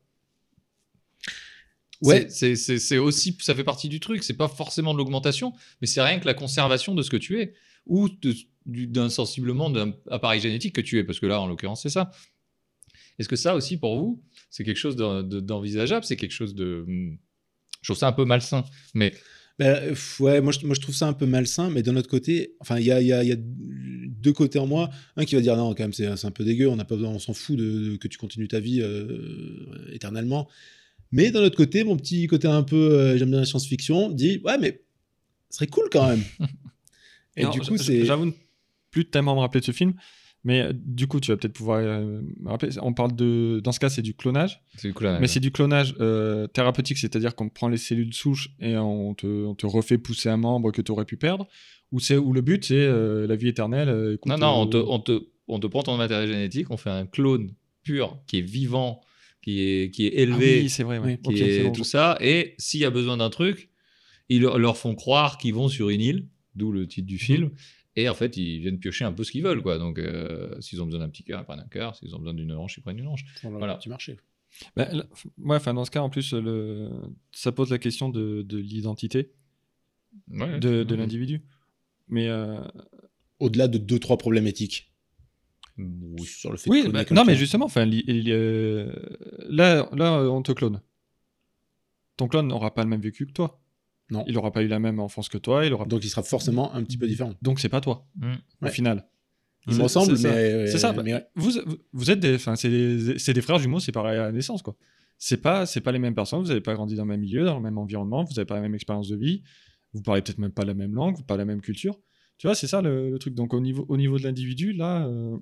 Ouais. C'est, c'est, c'est, c'est aussi, ça fait partie du truc, c'est pas forcément de l'augmentation, mais c'est rien que la conservation de ce que tu es, ou de, du- d'un sensiblement d'un appareil génétique que tu es, parce que là, en l'occurrence, c'est ça. Est-ce que ça aussi, pour vous, c'est quelque chose de- de- d'envisageable? C'est quelque chose de... hmm, Je trouve ça un peu malsain, mais... Ben, pff, ouais, moi je, moi je trouve ça un peu malsain, mais d'un autre côté, enfin, il y a, il y, a, il y a deux côtés en moi. Un qui va dire non, quand même, c'est c'est un peu dégueu, on n'a pas besoin, on s'en fout de, de- que tu continues ta vie euh, éternellement. Mais d'un autre côté, mon petit côté un peu, euh, j'aime bien la science-fiction, dit ouais, mais ce serait cool quand même. Et Non, du coup, j- c'est. J'avoue ne plus tellement me rappeler de ce film, mais euh, du coup, tu vas peut-être pouvoir euh, me rappeler. On parle de. Dans ce cas, c'est du clonage, C'est du coup là. mais c'est du clonage euh, thérapeutique, c'est-à-dire qu'on prend les cellules souches et on te, on te refait pousser un membre que tu aurais pu perdre, ou c'est où le but c'est euh, la vie éternelle. euh, écoute, Non, non, on te, euh, on, te, on te prend ton matériel génétique, on fait un clone pur, qui est vivant, qui est, qui est Ah élevé, oui, c'est vrai, ouais. Oui, qui Ok, est c'est bon. tout ça, et s'il y a besoin d'un truc, ils leur, leur font croire qu'ils vont sur une île, d'où le titre du film, et en fait, ils viennent piocher un peu ce qu'ils veulent, quoi. Donc, euh, s'ils ont besoin d'un petit cœur, ils prennent un cœur, s'ils ont besoin d'une hanche, ils prennent une hanche. Voilà. Voilà. Petit marché. Bah, là, f- ouais, enfin, dans ce cas, en plus, le... ça pose la question de, de l'identité Ouais, de, de ouais. l'individu. Mais euh, Au-delà de deux, trois problèmes éthiques. Oui. Sur le fait oui, de cloner bah, quelqu'un. non, mais justement, enfin, li- li- euh, là, là, euh, on te clone. Ton clone n'aura pas le même vécu que toi. Non. Il n'aura pas eu la même enfance que toi. Il aura... Donc il sera forcément un petit peu différent. Donc, c'est pas toi, Mm. au Ouais. final. Ils C'est- me ressemblent, c'est ça. mais. C'est ça. bah, mais ouais. vous, vous êtes des, enfin, c'est des, c'est des frères jumeaux séparés à la naissance, quoi. C'est pas, c'est pas les mêmes personnes. Vous n'avez pas grandi dans le même milieu, dans le même environnement. Vous n'avez pas la même expérience de vie. Vous parlez peut-être même pas la même langue. Vous parlez la même culture. Tu vois, c'est ça le, le truc. Donc au niveau, au niveau de l'individu, là, euh,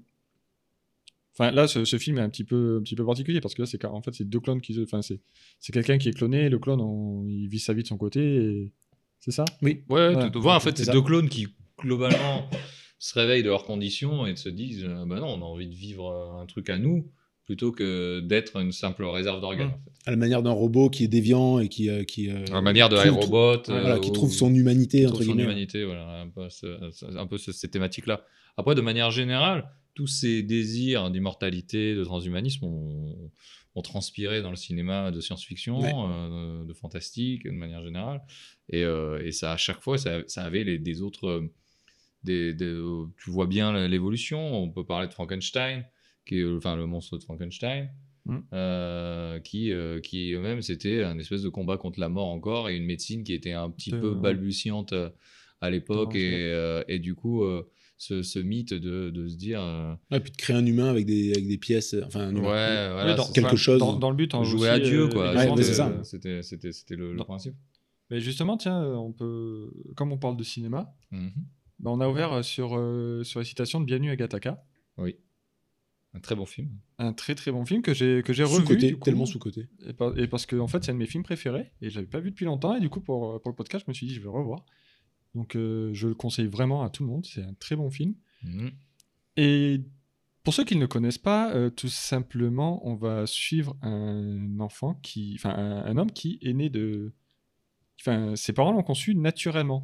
enfin là, ce, ce film est un petit peu, un petit peu particulier parce que là, c'est car- en fait, c'est deux clones qui, se- enfin, c'est, c'est quelqu'un qui est cloné. Le clone, on- il vit sa vie de son côté. Et... C'est ça. Oui. Ouais, Ouais. tu vois, en fait, C'est c'est ça. deux clones qui, globalement, se réveillent de leurs conditions et se disent euh, bah non, on a envie de vivre euh, un truc à nous plutôt que d'être une simple réserve d'organes. Mm. En fait. À la manière d'un robot qui est déviant et qui. euh, qui euh, À la manière de trouve- iRobot. trouve- voilà, euh, qui ou- trouve son humanité, qui entre trouve son guillemets. humanité, voilà, un peu, ce- un peu ce- ces thématiques-là. Après, de manière générale, tous ces désirs d'immortalité, de transhumanisme ont, ont transpiré dans le cinéma de science-fiction, Ouais. euh, de, de fantastique, de manière générale. Et, euh, et ça, à chaque fois, ça, ça avait les, des autres... euh, Des, des- euh, tu vois bien l'évolution. On peut parler de Frankenstein, qui est, euh, enfin, le monstre de Frankenstein. Mm. euh, qui, euh, qui eux-mêmes, c'était un espèce de combat contre la mort encore, et une médecine qui était un petit De- peu balbutiante euh, à l'époque, De- et, euh, et du coup, euh, ce, ce mythe de, de se dire, euh, Ouais, puis de créer un humain avec des, avec des pièces. euh, Enfin, un ouais, humain. voilà, Ouais, dans, c'est quelque enfin, chose. Dans, dans le but, en jouer à aussi, Dieu, euh, quoi. également Ouais, C'était- c'est ça. de- C'était, c'était, c'était le, le Non. principe. Mais justement, tiens, euh, on peut, comme on parle de cinéma, Mhm. bah, on a ouvert euh, sur, euh, sur la citation de Bienvenue à Gattaca, Oui. Un très bon film. un très très bon film que j'ai que j'ai revu. Sous-côté, du coup. tellement sous-côté. Et, par- et parce que en fait, c'est un de mes films préférés et je l'avais pas vu depuis longtemps. Et du coup, pour, pour le podcast, je me suis dit, je vais le revoir. Donc, euh, je le conseille vraiment à tout le monde. C'est un très bon film. Mhm. Et pour ceux qui ne le connaissent pas, euh, tout simplement, on va suivre un enfant qui, enfin, un, un homme qui est né de, enfin, ses parents l'ont conçu naturellement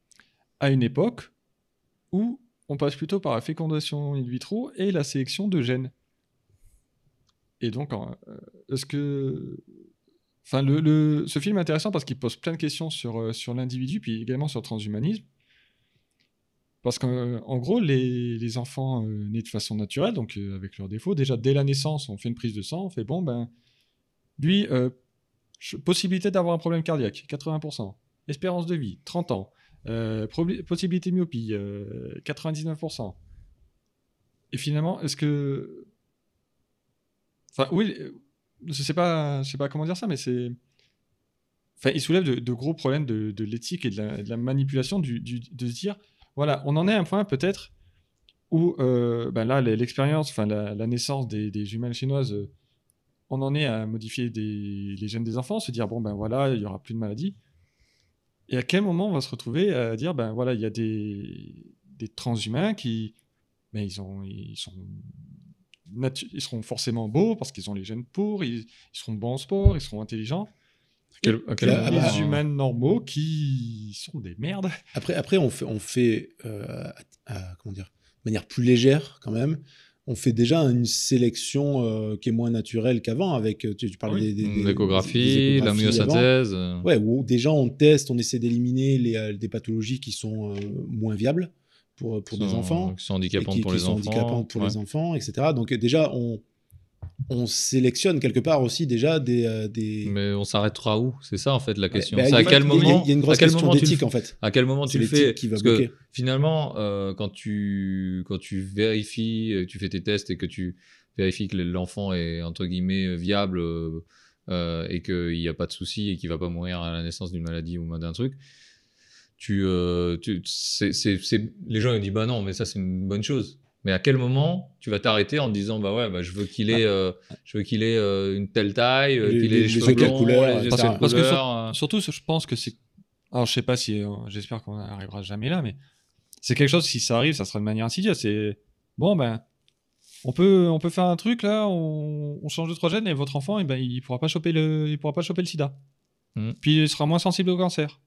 à une époque où on passe plutôt par la fécondation in vitro et la sélection de gènes. Et donc, euh, est-ce que, enfin, le, le- ce film est intéressant parce qu'il pose plein de questions sur euh, sur l'individu, puis également sur le transhumanisme. Parce qu'en gros, les, les enfants euh, nés de façon naturelle, donc euh, avec leurs défauts, déjà dès la naissance, on fait une prise de sang, on fait bon, ben, lui, euh, ch- possibilité d'avoir un problème cardiaque, quatre-vingts pour cent. Espérance de vie, trente ans. Euh, probli- possibilité de myopie, euh, quatre-vingt-dix-neuf pour cent. Et finalement, est-ce que. Enfin, où est, je sais pas, je sais pas comment dire ça, mais c'est. Enfin, il soulève de, de gros problèmes de, de l'éthique et de la, de la manipulation, du, du- de se dire, voilà, on en est à un point peut-être où, euh, ben là, l'expérience, enfin la, la naissance des, des jumelles chinoises, euh, on en est à modifier des, les gènes des enfants, se dire, bon, ben voilà, il y aura plus de maladies. Et à quel moment on va se retrouver à dire, ben voilà, il y a des, des transhumains qui, ben, ils, ont, ils, sont natu- ils seront forcément beaux parce qu'ils ont les gènes pour, ils, ils seront bons en sport, ils seront intelligents. À quel, à quel Et moment, ah Les bah, euh, humains normaux qui sont des merdes. Après, après on fait, on fait euh, à- à- comment dire, de manière plus légère quand même. On fait déjà une sélection euh, qui est moins naturelle qu'avant. Avec, tu, tu parlais Oui. des, des, des- l'échographie, des la échographies avant. myosynthèse. euh, Ouais, où déjà on teste, on essaie d'éliminer les, euh, des pathologies qui sont euh, moins viables pour, pour des sont- enfants, qui sont et handicapantes qui, pour qui les sont enfants. handicapantes pour ouais. les enfants, et cetera. Donc euh, déjà, on, on sélectionne quelque part aussi déjà des... euh, des... Mais on s'arrêtera où? C'est ça en fait la question. bah, c'est il y à a- quel il y a- moment il y a une grosse à quel question moment tu le d'éthique, fais- en fait. À quel moment C'est tu le l'éthique fais? qui va Parce bloquer. que finalement, euh, quand tu quand tu vérifies, euh, tu fais tes tests et que tu vérifies que l'enfant est entre guillemets viable euh, euh, et qu'il n'y a pas de souci et qu'il va pas mourir à la naissance d'une maladie ou d'un truc, tu, euh, tu c'est, c'est, c'est- les gens ils disent bah non, mais ça c'est une bonne chose. Mais à quel moment tu vas t'arrêter en te disant bah ouais bah je veux qu'il ait euh, je veux qu'il ait euh, une telle taille, euh, Les- qu'il ait les- les, les cheveux yeux quelle blonds, couleur, les yeux et Parce de que, cetera. quelle parce que sur- couleur, euh. surtout, je pense que c'est. Alors, je sais pas si. euh, J'espère qu'on n'arrivera jamais là, mais c'est quelque chose, si ça arrive, ça sera de manière insidieuse. C'est. Bon, ben. On peut, on peut faire un truc là, on, on change de trois gènes et votre enfant, eh ben, il pourra pas choper le, il pourra pas choper le sida. Mm. Puis il sera moins sensible au cancer.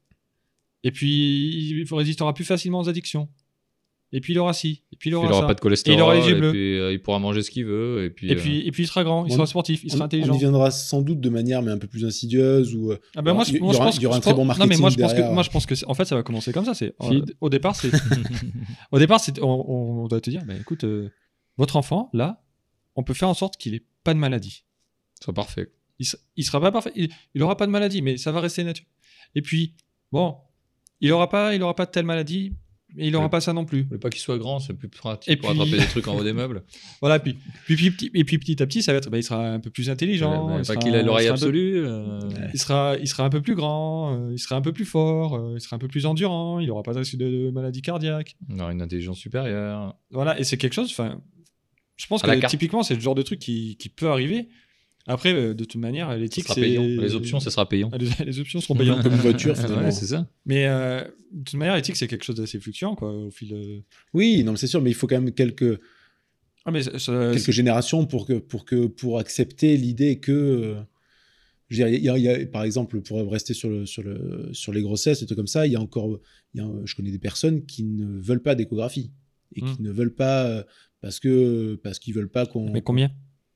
Et puis il résistera plus facilement aux addictions. Et puis il aura ci. Et puis il Puis aura il aura ça. pas de cholestérol, Et il aura les yeux et bleus. puis euh, il pourra manger ce qu'il veut, et puis. Et euh, puis, et puis il sera grand, il On- sera sportif, il On, sera on intelligent. y viendra sans doute de manière mais un peu plus insidieuse ou euh, Ah ben moi, je, il y, moi, je aura, pense il y aura que- un très bon non, marketing mais moi je pense que derrière. moi je pense que c'est- en fait ça va commencer comme ça. C'est euh, Feed. au départ c'est au départ c'est on, on doit te dire bah, écoute euh, votre enfant là on peut faire en sorte qu'il ait pas de maladie. soit parfait. Il, se- il sera pas parfait, il, il aura pas de maladie mais ça va rester naturel. Et puis bon il aura pas il aura pas de telle maladie mais il aura Ouais. pas ça non plus. Vous voulez pas qu'il soit grand, c'est plus pratique Et pour puis- attraper des trucs en haut des meubles. Voilà puis puis, puis, petit, et puis petit à petit ça va être bah, il sera un peu plus intelligent. Euh, il pas sera- qu'il ait l'oreille il sera un peu- absolue. euh, Il sera, il sera un peu plus grand, euh, il sera un peu plus fort, euh, il sera un peu plus endurant, il n'aura pas de, de maladie cardiaque. On aura une intelligence supérieure. Voilà, et c'est quelque chose, enfin, je pense À la que carte. typiquement, c'est le genre de truc qui, qui peut arriver. Après, euh, de toute manière, Ça l'éthique, sera c'est. payant. Les options, ça sera payant. Les, les options seront payantes. Comme une voiture, finalement. Ouais, c'est ça. Mais euh, de toute manière, l'éthique, c'est quelque chose d'assez fluctuant, quoi, au fil. de- Oui, non, mais c'est sûr, mais il faut quand même quelques, Ah, mais ça- ça- quelques générations pour, que, pour, que, pour accepter l'idée que. euh, je veux dire, il y a- il y a, par exemple, pour rester sur, le, sur, le, sur les grossesses et tout comme ça, il y a encore. Il y a, je connais des personnes qui ne veulent pas d'échographie et qui Mm. ne veulent pas. euh, Parce que parce qu'ils veulent pas qu'on. Mais combien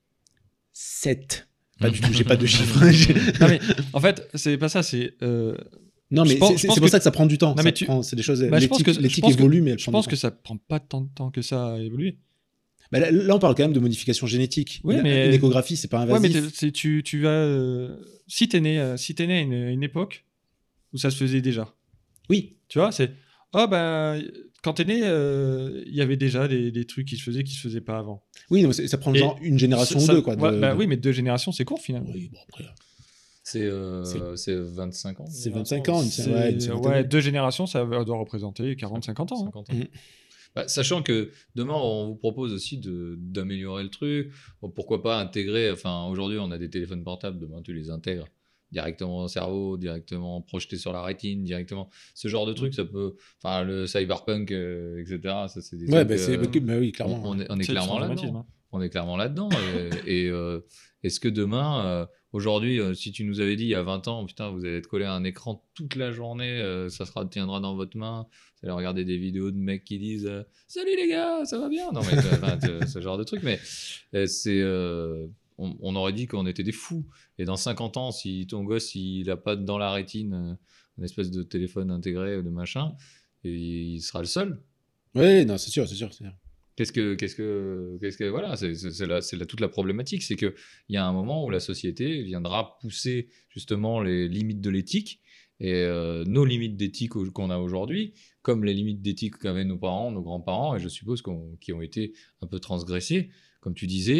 sept. Pas du tout, j'ai pas de chiffres. J'ai- Non, mais en fait, c'est pas ça, c'est. euh, non, mais Je pense- c'est je c'est pense pour que- ça que ça prend du temps. Non, Ça mais tu- prend- C'est des choses. Bah, je pense l'éthique que- je l'éthique pense que- évolue, mais elle Je prend pense du que temps. ça prend pas tant de temps que ça à évoluer. Bah, là, là, on parle quand même de modification génétique. Oui, une, mais- une échographie, c'est pas Ouais, mais invasif. t'es- c'est- tu, tu vas. euh, si t'es né, euh, si t'es né à une, une époque où ça se faisait déjà, Oui, tu vois, c'est. Oh, ben. Quand t'es né, euh, il y avait déjà des, des trucs qui se faisaient qui se faisaient pas avant. oui, non, mais c'est- ça prend Et genre une génération Ça- ou deux, quoi. ouais, de- bah de- oui, mais deux générations, c'est court finalement. Oui, bon, après, C'est euh, C'est- c'est vingt-cinq ans. c'est vingt-cinq ans, C'est- tiens, ouais, une ouais, cinquantaine. deux générations, ça va- doit représenter quarante cinquante ans. hein. cinquante ans. Mhm. Bah, sachant que demain, on vous propose aussi de- d'améliorer le truc. Bon, pourquoi pas intégrer. Enfin, aujourd'hui, on a des téléphones portables. Demain, tu les intègres directement au cerveau, directement projetés sur la rétine, directement. Ce genre de truc, ça peut. Enfin, le cyberpunk, euh, et cetera. Ça, c'est des Ouais, trucs, bah, c'est- euh, bah oui, on, clairement. on est, on est C'est le clairement transhumanisme, là-dedans. hein. On est clairement là-dedans. et et, euh, est-ce que demain, euh, aujourd'hui, euh, si tu nous avais dit il y a vingt ans, putain, vous allez être collé à un écran toute la journée, euh, ça sera, tiendra dans votre main, vous allez regarder des vidéos de mecs qui disent euh, salut les gars, ça va bien. Non, mais euh, enfin, t- ce genre de truc. Mais euh, c'est. euh, on, on aurait dit qu'on était des fous. Et dans cinquante ans, si ton gosse, il a pas dans la rétine euh, une espèce de téléphone intégré ou de machin, et il sera le seul. Oui, non, c'est sûr, c'est sûr. c'est sûr. Qu'est-ce que, qu'est-ce que, qu'est-ce que, voilà, c'est, c'est, c'est, la, c'est la- toute la problématique, c'est qu'il y a un moment où la société viendra pousser justement les limites de l'éthique et euh, nos limites d'éthique au- qu'on a aujourd'hui, comme les limites d'éthique qu'avaient nos parents, nos grands-parents, et je suppose qu'on, qui ont été un peu transgressées. Comme tu disais,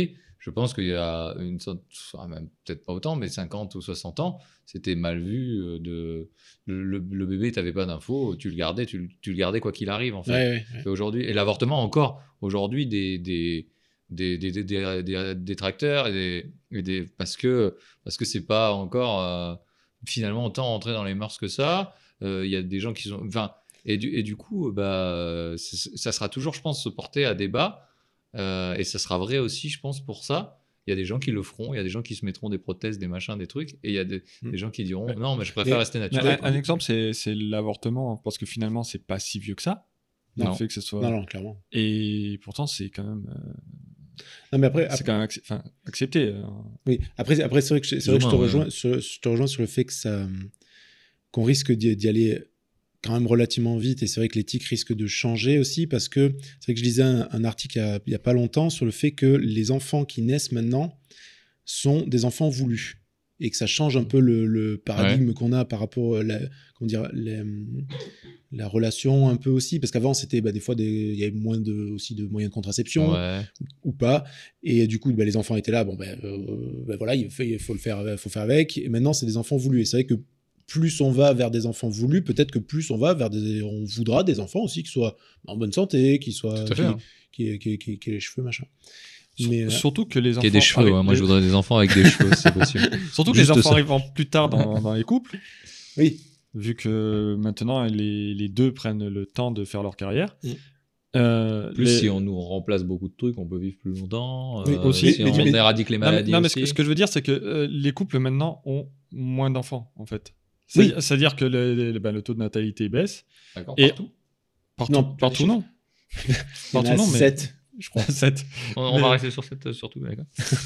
Je pense qu'il y a une sorte, enfin, même peut-être pas autant, mais cinquante ou soixante ans, c'était mal vu euh, de le, le- le bébé, t'avais pas d'infos, tu le gardais, tu, le- tu le gardais quoi qu'il arrive en fait. Ouais, ouais, ouais. Et aujourd'hui, et l'avortement encore, aujourd'hui des des des des, des, des- des détracteurs et des, et des parce que parce que c'est pas encore euh, finalement autant rentré dans les mœurs que ça. Euh, Il y a des gens qui sont, enfin, et du et du coup, bah c'est- ça sera toujours, je pense, se porter à débat. Euh, et ça sera vrai aussi, je pense, pour ça. Il y a des gens qui le feront, il y a des gens qui se mettront des prothèses, des machins, des trucs, et il y a des, Mm. des gens qui diront Ouais. non, mais je préfère Mais- rester Mais naturel. un, un exemple, c'est c'est l'avortement, parce que finalement, c'est pas si vieux que ça. Non. Le fait que ce soit. Non, non, clairement. Et pourtant, c'est quand même, euh, Non, mais après, c'est quand même accep- enfin, accepté. euh. Oui, après, après c'est vrai que, je, c'est vrai que je, te Plus ou moins, rejoins, ouais. sur, je te rejoins sur le fait que ça, qu'on risque d'y, d'y aller quand même relativement vite, et c'est vrai que l'éthique risque de changer aussi, parce que c'est vrai que je lisais un, un article il y, a, il y a pas longtemps sur le fait que les enfants qui naissent maintenant sont des enfants voulus, et que ça change un peu le, le paradigme qu'on a par rapport à la, comment dire, les, la relation un peu aussi, parce qu'avant c'était bah, des fois des, il y avait moins de, aussi de moyens de contraception, Ouais. ou pas, et du coup bah, les enfants étaient là, bon ben bah, euh, bah, voilà, il faut, il faut le faire, faut faire avec, et maintenant c'est des enfants voulus, et c'est vrai que plus on va vers des enfants voulus, peut-être que plus on va vers des, on voudra des enfants aussi qui soient en bonne santé, qui soient, Tout à fait, qui, hein. qui, qui, qui, qui aient les cheveux machin. Sur- Mais, euh, Surtout que les enfants. Qui ait des cheveux, arrivent- ouais. Moi, les- je voudrais des enfants avec des cheveux, si c'est possible. Surtout que Juste les enfants ça. arrivant plus tard dans, dans les couples, Oui, vu que maintenant les, les deux prennent le temps de faire leur carrière. Mm. Euh, Plus les- si on nous remplace beaucoup de trucs, on peut vivre plus longtemps. Oui, euh, aussi. Si Mais- on mais- éradique les Non, mais, maladies non, mais aussi. ce, ce que je veux dire, c'est que euh, les couples maintenant ont moins d'enfants, en fait. C'est- Oui. C'est-à-dire que le, le- ben, le taux de natalité baisse. D'accord, Et partout. partout, Non, partout les non. il y en Partout a non, mais sept, je crois. sept. On, on Mais- va rester sur cette, surtout, d'accord.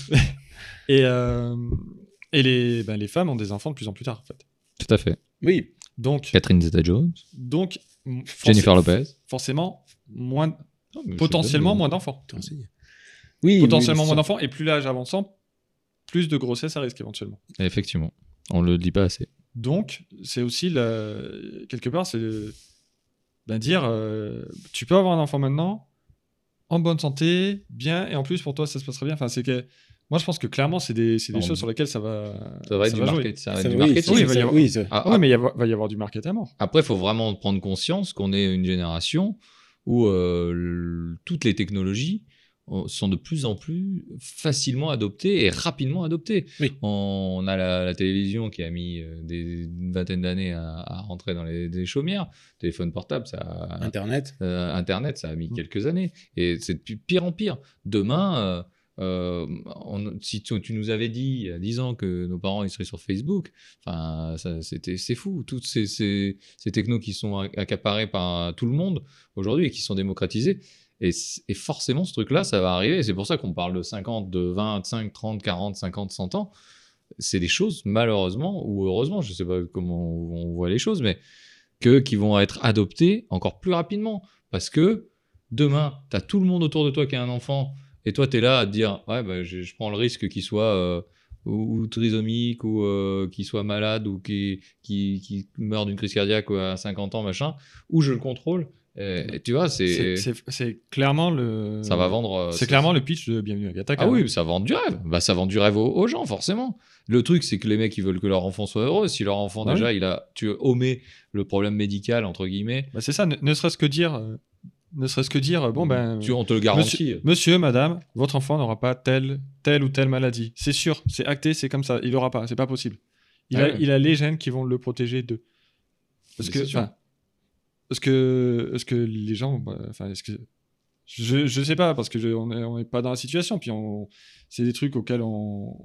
Et, euh, et les, ben, les femmes ont des enfants de plus en plus tard, en fait. Tout à fait. Oui, Donc, Catherine Zeta-Jones, donc m- Jennifer forcé- Lopez. forcément, moins, Non, mais potentiellement c'est moins bien. d'enfants. tu renseignes. Oui, Potentiellement oui, moins ça- d'enfants, et plus l'âge avançant, plus de grossesse à risque éventuellement. Effectivement. On le dit pas assez. Donc, c'est aussi, la- quelque part, c'est de- ben, dire, euh, tu peux avoir un enfant maintenant, en bonne santé, bien, et en plus, pour toi, ça se passera bien. Enfin, c'est que, moi, je pense que clairement, c'est des, c'est des Non, choses sur lesquelles ça va, Ça va être du jouer. market. Ça va ça- être du oui, marketing. Oui, ça- il va y ça- avoir- oui, ça- Ah, Ah oui, mais il y a- va y avoir du market à mort. Après, il faut vraiment prendre conscience qu'on est une génération où euh, le- toutes les technologies euh, sont de plus en plus facilement adoptées et rapidement adoptées. Oui. On a la, la télévision qui a mis euh, des, une vingtaine d'années à, à rentrer dans les, les chaumières. Téléphone portable, ça a- Internet. euh, Internet, ça a mis Mm. quelques années. Et c'est de pire en pire. Demain, euh, euh, on- si tu, tu nous avais dit il y a dix ans que nos parents ils seraient sur Facebook, enfin, ça, c'était, c'est fou. Toutes ces, ces, ces technos qui sont accaparés par tout le monde aujourd'hui et qui sont démocratisés. Et, c- et forcément, ce truc-là, ça va arriver. C'est pour ça qu'on parle de cinquante, de vingt-cinq, trente, quarante, cinquante, cent ans. C'est des choses, malheureusement, ou heureusement, je ne sais pas comment on voit les choses, mais que, qui vont être adoptées encore plus rapidement. Parce que demain, tu as tout le monde autour de toi qui a un enfant, et toi, tu es là à te dire, ouais, bah, je, je prends le risque qu'il soit euh, ou, ou trisomique, ou euh, qu'il soit malade, ou qu'il qui, qui meurt d'une crise cardiaque à cinquante ans, machin, ou je le contrôle. Et, et tu vois, c'est, C'est- C'est c'est clairement le. ça va vendre. euh, C'est clairement le pitch de Bienvenue à Gattaca. Ah oui, ça vend du rêve. Bah, ça vend du rêve aux, aux gens, forcément. Le truc, c'est que les mecs, ils veulent que leur enfant soit heureux. Si leur enfant, Ah déjà, il a, tu omets le problème médical, entre guillemets, Bah, c'est ça, ne, ne serait-ce que dire, euh, ne serait-ce que dire, euh, bon ben, tu, on te le garantit. monsieur, monsieur, madame, votre enfant n'aura pas telle, telle ou telle maladie. C'est sûr, c'est acté, c'est comme ça. Il n'aura pas, c'est pas possible. Il, Ah a, ouais. il a les gènes qui vont le protéger d'eux. Parce Mais que, c'est sûr. enfin, parce que, parce que les gens, bah, enfin, est-ce que je, je sais pas, parce que je- on est, on est pas dans la situation, puis on, c'est des trucs auxquels on,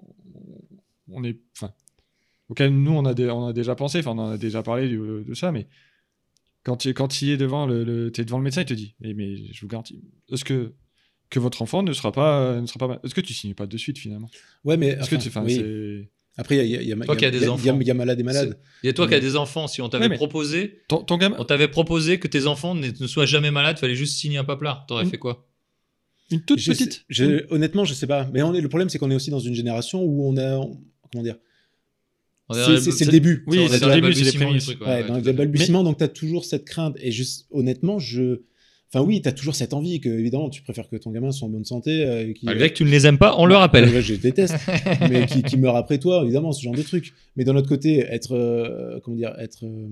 on est, enfin, auxquels nous on a, dé- on a déjà pensé, enfin, on en a déjà parlé de, de ça, mais quand tu quand tu es devant le, le t'es devant le médecin, il te dit, eh, mais je vous garantis, est-ce que que votre enfant ne sera pas ne sera pas, mal- est-ce que tu signes pas de suite finalement? Ouais, mais Est-ce que enfin, tu, enfin, oui. c'est Après, il y a, il y a, il y a, Toi qui as des il y a- enfants. il y a- il y a malade et malade. Il y a toi qui as Mais- des enfants. Si on t'avait Ouais, mais- proposé, ton, ton gamin, on t'avait proposé que tes enfants ne, ne soient jamais malades, fallait juste signer un paplard. T'aurais Mm. fait quoi? une toute Je petite. sais- je- honnêtement, je sais pas. Mais on est, le problème, c'est qu'on est aussi dans une génération où on a. on- comment dire On est C'est dans les- c'est- c'est le début. Oui, on est c'est dans le les début, c'est les balbutiements du prémices. truc, ouais, Ouais, ouais, dans tout à le fait. balbutiement, donc tu as toujours cette crainte. Et juste, honnêtement, je. Enfin, oui, t'as toujours cette envie que, évidemment, tu préfères que ton gamin soit en bonne santé. Euh, qui, Malgré que tu ne les aimes pas, on le rappelle. Ouais, je déteste. Mais qui, qui meurt après toi, évidemment, ce genre de truc. Mais d'un autre côté, être. Euh, comment dire Être. Euh,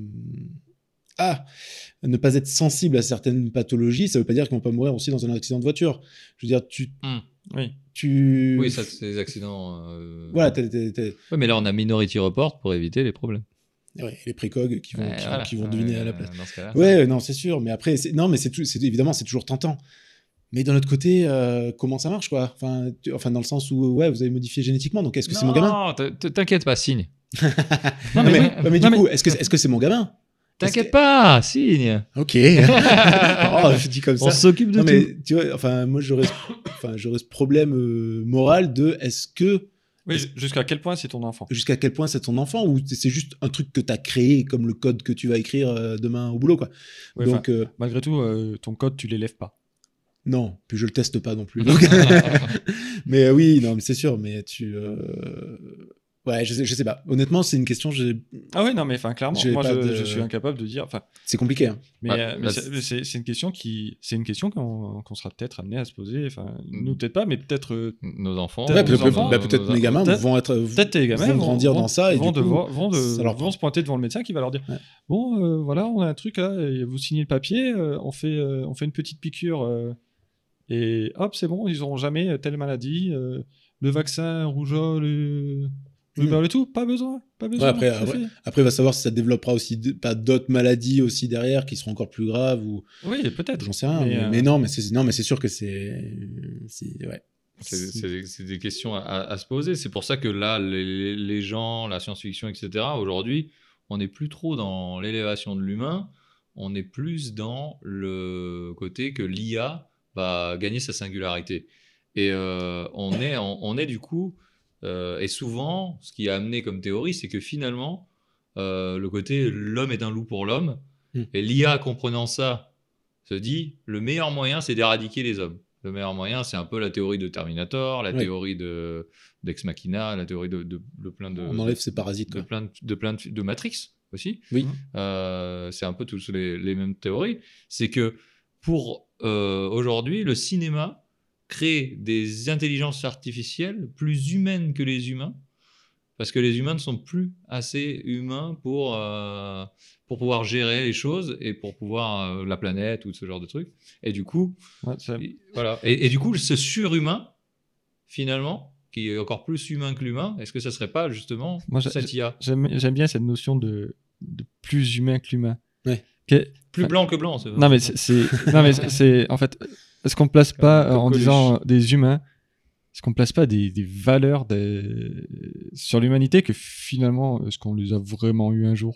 ah Ne pas être sensible à certaines pathologies, ça veut pas dire qu'on va pas mourir aussi dans un accident de voiture. Je veux dire, tu. Mm. Oui. Tu... Oui, ça, c'est des accidents. Euh... Voilà, t'es, t'es, t'es... Ouais, mais là, on a Minority Report pour éviter les problèmes. Ouais, les précogs qui vont, Ouais, qui, voilà. qui vont deviner ouais, à la place. Dans ce cas-là, ouais, non, c'est sûr. Mais après, c'est... non, mais c'est, tout, c'est évidemment, c'est toujours tentant. Mais d'un autre côté, euh, comment ça marche, quoi enfin, tu... enfin, dans le sens où, ouais, vous avez modifié génétiquement, donc est-ce que non, c'est mon gamin? Non, t'inquiète pas, signe. non, mais, mais, oui. ouais, mais non, du coup, mais... est-ce que, est-ce que c'est mon gamin? T'inquiète que... pas, signe. Ok. oh, je dis comme ça. On s'occupe de non, tout. Mais, tu vois, enfin, moi, j'aurais, enfin, j'aurais ce problème euh, moral de est-ce que. Oui, est-ce... jusqu'à quel point c'est ton enfant? Jusqu'à quel point c'est ton enfant ou c'est juste un truc que tu as créé comme le code que tu vas écrire euh, demain au boulot, quoi. Ouais, donc, euh... malgré tout, euh, ton code, tu l'élèves pas. Non, puis je le teste pas non plus. Donc... mais euh, oui, non, mais c'est sûr. Mais tu. Euh... Ouais, je sais, je sais pas. Honnêtement, c'est une question. J'ai... Ah ouais, non, mais enfin, clairement, J'ai moi, je, de... je suis incapable de dire. Enfin, c'est compliqué. Hein. Mais, bah, euh, mais bah, c'est, c'est, c'est une question qui, c'est une question qu'on, qu'on sera peut-être amené à se poser. Enfin, nous peut-être pas, mais peut-être euh, nos enfants. Ouais, peut-être, peut-être, enfants, bah, peut-être nos, mes gamins peut-être, vont être, peut-être tes gamins vont vont grandir vont, dans ça et vont, du coup, devoir, vont, de, leur... vont se pointer devant le médecin qui va leur dire ouais. bon, euh, voilà, on a un truc là, et vous signez le papier, euh, on fait, euh, on fait une petite piqûre euh, et hop, c'est bon, ils n'auront jamais telle maladie, euh, le vaccin rougeole. Euh, Mmh. Le tout, pas besoin, pas besoin. Ouais, après, après, après, il va savoir si ça développera aussi d- pas d'autres maladies aussi derrière qui seront encore plus graves ou. Oui, peut-être. J'en sais rien. Mais, mais, euh... mais non, mais c'est non, mais c'est sûr que c'est, c'est ouais. C'est, c'est, c'est des questions à, à se poser. C'est pour ça que là, les, les gens, la science-fiction, et cetera. Aujourd'hui, on n'est plus trop dans l'élévation de l'humain. On est plus dans le côté que l'I A va gagner sa singularité. Et euh, on est, on, on est du coup. Euh, et souvent, ce qui a amené comme théorie, c'est que finalement, euh, le côté l'homme est un loup pour l'homme, mmh. et l'I A comprenant ça, se dit le meilleur moyen, c'est d'éradiquer les hommes. Le meilleur moyen, c'est un peu la théorie de Terminator, la ouais. théorie de, d'Ex Machina, la théorie de, de, de plein de. On enlève ces parasites. De, de plein de, de plein de, de Matrix aussi. Oui. Euh, c'est un peu tous les, les mêmes théories. C'est que pour euh, aujourd'hui, le cinéma créer des intelligences artificielles plus humaines que les humains, parce que les humains ne sont plus assez humains pour, euh, pour pouvoir gérer les choses et pour pouvoir euh, la planète ou ce genre de trucs. Et du coup, ouais, et, voilà. Et, et du coup, ce surhumain, finalement, qui est encore plus humain que l'humain, est-ce que ça serait pas justement Moi, cette I A? J'aime, j'aime bien cette notion de, de plus humain que l'humain. Ouais. Que, plus blanc que blanc. C'est non mais c'est, c'est non mais c'est, c'est en fait. Est-ce qu'on ne place pas, euh, en disant euh, des humains, est-ce qu'on ne place pas des, des valeurs des... sur l'humanité que finalement, est-ce qu'on les a vraiment eu un jour?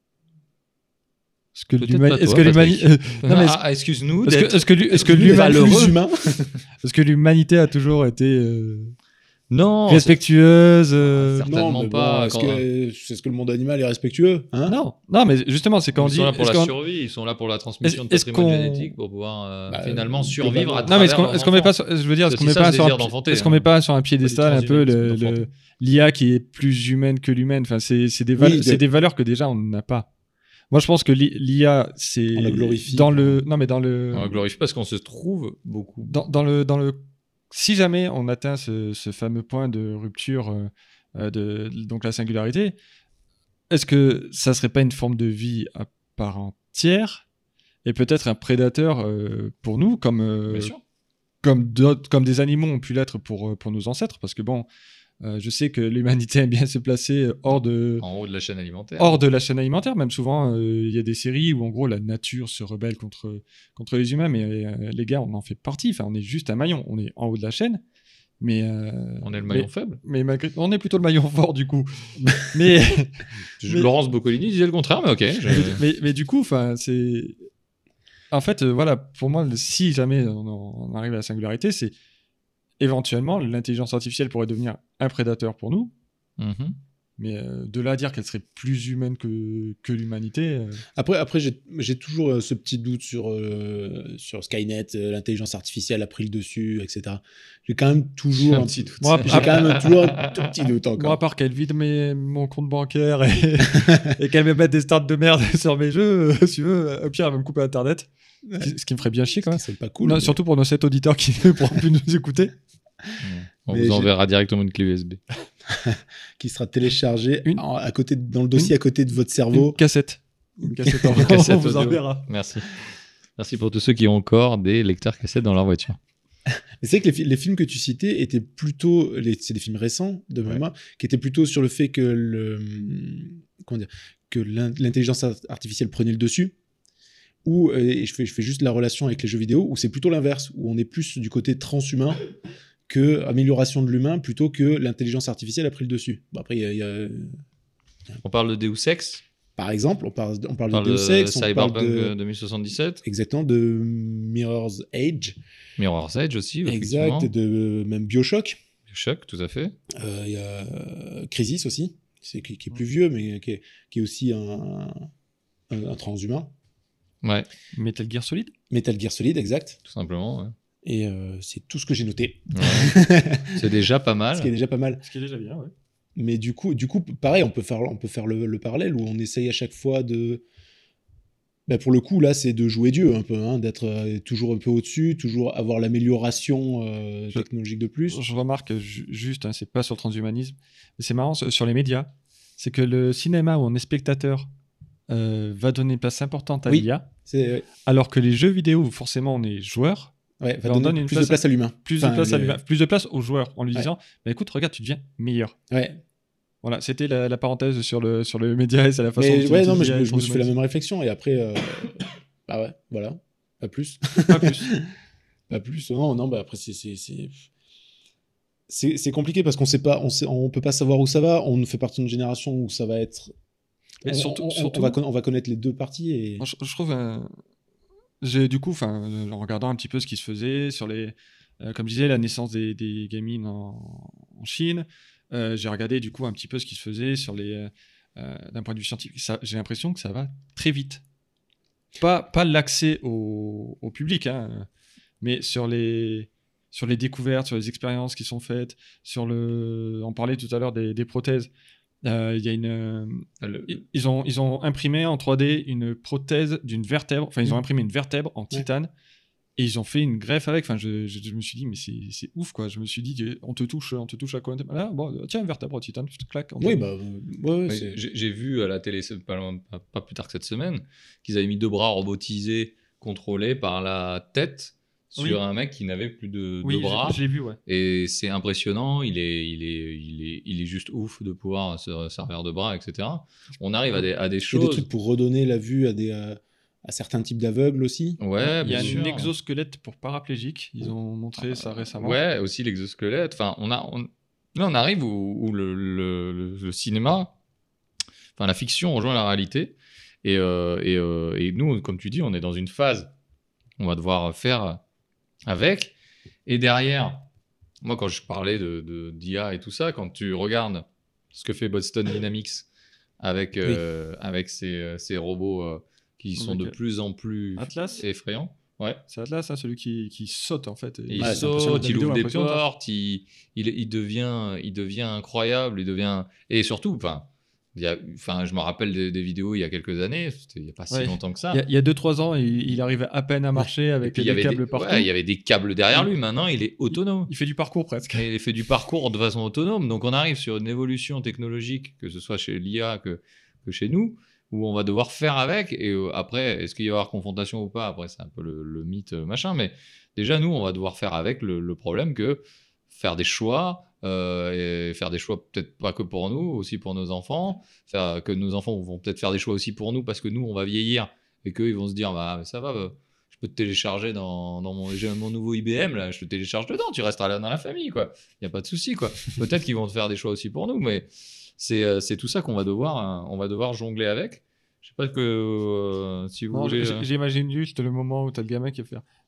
Est-ce que l'humanité... Est-ce que l'humanité... Euh, non, mais ah, excuse-nous. Est-ce que, est-ce que, est-ce que l'humain... Est-ce que l'humanité a toujours été... Euh... Non, respectueuse. Euh... Certainement non, pas. Bon, est-ce, quand... que, est-ce que le monde animal est respectueux hein? Non, non, mais justement, c'est quand ils on dit. Ils sont là pour la qu'on... survie, ils sont là pour la transmission est-ce, de patrimoine qu'on... génétique pour pouvoir euh, bah, euh, finalement survivre à non, travers. mais est-ce qu'on, est-ce qu'on met pas, sur, je veux dire, est-ce qu'on met pas sur, un, est-ce qu'on met pas sur un piédestal un peu le, le, l'I A qui est plus humaine que l'humaine. Enfin, c'est, c'est des, val- oui, de... c'est des valeurs que déjà on n'a pas. Moi, je pense que l'I A, c'est on la glorifie. Dans le, non, mais dans le. On la glorifie parce qu'on se trouve beaucoup. Dans, dans le, dans le. Si jamais on atteint ce, ce fameux point de rupture euh, de donc la singularité, est-ce que ça serait pas une forme de vie à part entière et peut-être un prédateur euh, pour nous, comme euh, comme d'autres, comme des animaux ont pu l'être pour pour nos ancêtres, parce que bon, euh, je sais que l'humanité aime bien se placer hors de en haut de la chaîne alimentaire. Hors de la chaîne alimentaire, même souvent, il euh, y a des séries où en gros la nature se rebelle contre contre les humains, mais euh, les gars, on en fait partie. Enfin, on est juste un maillon, on est en haut de la chaîne. Mais euh, on est le maillon mais, faible. Mais malgré, on est plutôt le maillon fort du coup. mais, mais Laurence Boccolini disait le contraire, mais ok. Je... mais, mais, mais du coup, enfin, c'est en fait, euh, voilà, pour moi, si jamais on, on arrive à la singularité, c'est éventuellement l'intelligence artificielle pourrait devenir un prédateur pour nous. Mm-hmm. Mais euh, de là à dire qu'elle serait plus humaine que, que l'humanité. euh, Après, après j'ai j'ai toujours euh, ce petit doute sur, euh, sur Skynet, euh, l'intelligence artificielle a pris le dessus, et cetera. J'ai quand même toujours un un petit doute. Moi, J'ai quand même toujours un tout petit doute encore. Moi, à part qu'elle vide mes, mon compte bancaire et, et qu'elle me mette des stats de merde sur mes jeux, euh, si tu veux, au pire, elle va me couper Internet. Ouais. Ce qui- Ce qui me ferait bien chier quand même. C'est pas cool. Non, mais- surtout pour nos sept auditeurs qui ne pourront plus nous écouter. On Mais vous j'ai- enverra directement une clé U S B. Qui sera téléchargé Une- en- à côté, de- dans le dossier à côté de votre cerveau. Une cassette. Une cassette, en- Une cassette on vous audio. enverra. Merci. Merci pour tous ceux qui ont encore des lecteurs cassettes dans leur voiture. Mais c'est vrai que les, fi- les films que tu citais étaient plutôt, les- c'est des films récents de Ouais. mémoire, qui étaient plutôt sur le fait que le, comment dire, que l'in- l'intelligence art- artificielle prenait le dessus. Ou euh, et je fais, je fais juste la relation avec les jeux vidéo, où c'est plutôt l'inverse, où on est plus du côté transhumain que amélioration de l'humain, plutôt que l'intelligence artificielle a pris le dessus. Bon, après, il y a- il y a, On parle de Deus Ex, par exemple, on parle, on parle on parle de de Deus Ex, on parle Cyberpunk de, euh, deux mille soixante-dix-sept, exactement, de Mirror's Edge, Mirror's Edge aussi, exact, effectivement. de même Bioshock. Choc, tout à fait. Euh, Il y a euh, Crisis aussi, c'est, qui, qui est plus vieux, mais qui est, qui est aussi un, un, un transhumain. Ouais, Metal Gear Solid. Metal Gear Solid, exact. tout simplement. ouais. Et euh, c'est tout ce que j'ai noté. Ouais. C'est déjà pas mal. Ce qui est déjà pas mal. Ce qui est déjà bien, ouais. Mais du coup, du coup pareil, on peut faire, on peut faire le, le parallèle où on essaye à chaque fois de. Ben pour le coup, là, c'est de jouer Dieu un peu, hein, d'être euh, toujours un peu au-dessus, toujours avoir l'amélioration euh, Je- technologique de plus. Je remarque ju- juste, hein, c'est pas sur le transhumanisme, mais c'est marrant sur sur les médias, c'est que le cinéma où on est spectateur euh, va donner une place importante à Oui. l'I A, C'est, ouais, alors que les jeux vidéo où forcément on est joueur, ouais, va Ben, on donner donne une plus place de place à l'humain. plus Enfin, de place à le- l'humain, plus de place aux joueurs, en lui Ouais. disant, bah, écoute, regarde, tu deviens meilleur. Ouais. Voilà, c'était la, la parenthèse sur le sur le média et c'est la façon. Mais dont ouais, tu non, mais utilises je, l'I A me- et je me suis fait la transhumanisme. même réflexion et après, euh, bah ouais, voilà, pas plus. Pas plus. Pas plus. Non, non, bah après, c'est. c'est, c'est... C'est, c'est compliqué parce qu'on sait pas, on sait, on peut pas savoir où ça va. On fait partie d'une génération où ça va être. Mais on, surtout- on- on- surtout- on va, conna- on va connaître les deux parties et. Moi, je, je trouve, euh, j'ai du coup, enfin, euh, en regardant un petit peu ce qui se faisait sur les, euh, comme je disais, la naissance des, des gaming en, en Chine, euh, j'ai regardé du coup un petit peu ce qui se faisait sur les, euh, d'un point de vue scientifique. Ça- j'ai l'impression que ça va très vite. Pas, pas l'accès au, au public, hein, mais sur les, sur les découvertes, sur les expériences qui sont faites, sur le, on parlait tout à l'heure des, des prothèses. Euh, Il y a une, euh, Le- ils- Ils ont, ils ont imprimé en trois D une prothèse d'une vertèbre. Enfin, ils ont Mm. imprimé une vertèbre en titane et ils ont fait une greffe avec. Enfin, je, je- je me suis dit, mais c'est c'est ouf, quoi. Je me suis dit, on te touche, on te touche à quoi là, bon, tiens, une vertèbre en titane, clac. on te- Oui, bah, euh, ouais, ouais, Oui, c'est- J'ai j'ai vu à la télé, c'est pas, loin- pas, pas plus tard que cette semaine, qu'ils avaient mis deux bras robotisés contrôlés par la tête sur Oui. un mec qui n'avait plus de, Oui, de j'ai- bras. je l'ai vu, ouais. Et c'est impressionnant, il est, il, est, il, est, il est juste ouf de pouvoir se servir de bras, et cetera. On arrive à des, à des Il y a choses. des trucs pour redonner la vue à, des, euh, à certains types d'aveugles aussi. Ouais, Il y a bien un sûr. exosquelette pour paraplégiques. Ils ont montré ça récemment. Ouais, aussi l'exosquelette. Enfin, on a, on- là, on arrive où, où le, le- le- le cinéma, enfin la fiction rejoint la réalité. Et, euh, et, euh, et nous, comme tu dis, on est dans une phase. On va devoir faire avec. Et derrière, moi, quand je parlais de, de- d'I A et tout ça, quand tu regardes ce que fait Boston Dynamics avec, euh, avec ses, ses robots euh, qui sont de Avec, plus en plus Atlas effrayants. Ouais. C'est Atlas, hein, celui qui, qui saute en fait. Et Et- il Ouais, c'est impressionnant. saute, La il vidéo ouvre est des impressionnante, hein. portes, il, il, il devient, il devient incroyable, il devient... Et surtout, enfin, il y a, enfin, je me rappelle des, des vidéos il y a quelques années, c'était il n'y a pas si Ouais. longtemps que ça. Il y a- il y a deux trois ans, il, il arrivait à peine à marcher Et avec puis, il y des avait câbles des, partout. ouais, il y avait des câbles derrière lui, maintenant il est autonome. Il fait du parcours presque. Et il fait du parcours de façon autonome. Donc on arrive sur une évolution technologique, que ce soit chez l'I A que, que chez nous, où on va devoir faire avec. Et euh, après, est-ce qu'il y avoir confrontation ou pas? Après, c'est un peu le, le mythe euh, machin. Mais déjà, nous, on va devoir faire avec le, le problème que faire des choix, euh, et faire des choix peut-être pas que pour nous, aussi pour nos enfants. Faire, que nos enfants vont peut-être faire des choix aussi pour nous parce que nous, on va vieillir et qu'eux, ils vont se dire, bah ça va, bah, je peux te télécharger dans, dans mon, j'ai mon nouveau I B M, là, je te télécharge dedans, tu resteras là dans la famille, quoi. Il n'y a pas de souci, quoi. Peut-être qu'ils vont te faire des choix aussi pour nous, mais c'est, euh, c'est tout ça qu'on va devoir, hein, on va devoir jongler avec. Je sais pas que euh, si vous Non, voulez. j- euh, J'imagine juste le moment où t'as le gamin qui va faire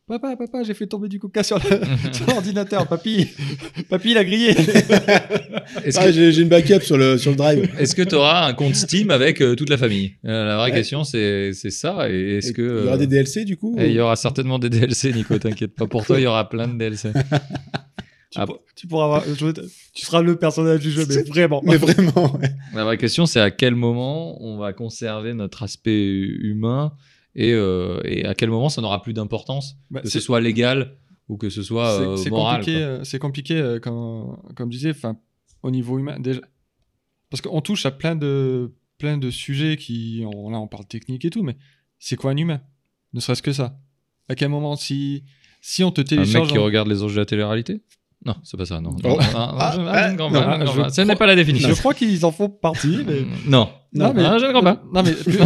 Papa, papa, j'ai fait tomber du coca sur le- sur l'ordinateur. Papy, papy, il a grillé. Est-ce Ah, que j'ai j'ai une backup sur le, sur le drive. est-ce que tu auras un compte Steam avec euh, toute la famille? Euh, La vraie Ouais. question, c'est c'est ça. Et est-ce Et que Il y aura euh, des D L C du coup et il y ou- aura certainement des D L C, Nico, t'inquiète pas. Pour toi, il y aura plein de D L C. Tu, Ah. pour- tu pourras avoir, je- tu seras le personnage du jeu, mais vraiment. Mais vraiment, ouais. La vraie question, c'est à quel moment on va conserver notre aspect humain et, euh, et à quel moment ça n'aura plus d'importance, Bah, que c'est- ce soit légal ou que ce soit C'est- euh, c'est moral. compliqué, quoi. euh, c'est compliqué euh, quand, comme je disais, enfin, au niveau humain déjà, parce qu'on touche à plein de plein de sujets qui, on, là, on parle technique et tout, mais c'est quoi un humain? Ne serait-ce que ça. À quel moment, si si on te Un télécharge, mec qui en- regarde les anges de la télé-réalité? Non, c'est pas ça, non. Oh. Non, ah, Ah, je- ah, ah, je ne crois non, pas, je ne je crois pas. Ce crois- n'est pas la définition. je crois qu'ils en font partie, mais Non. non, mais Ah, je ne crois pas. non mais plus,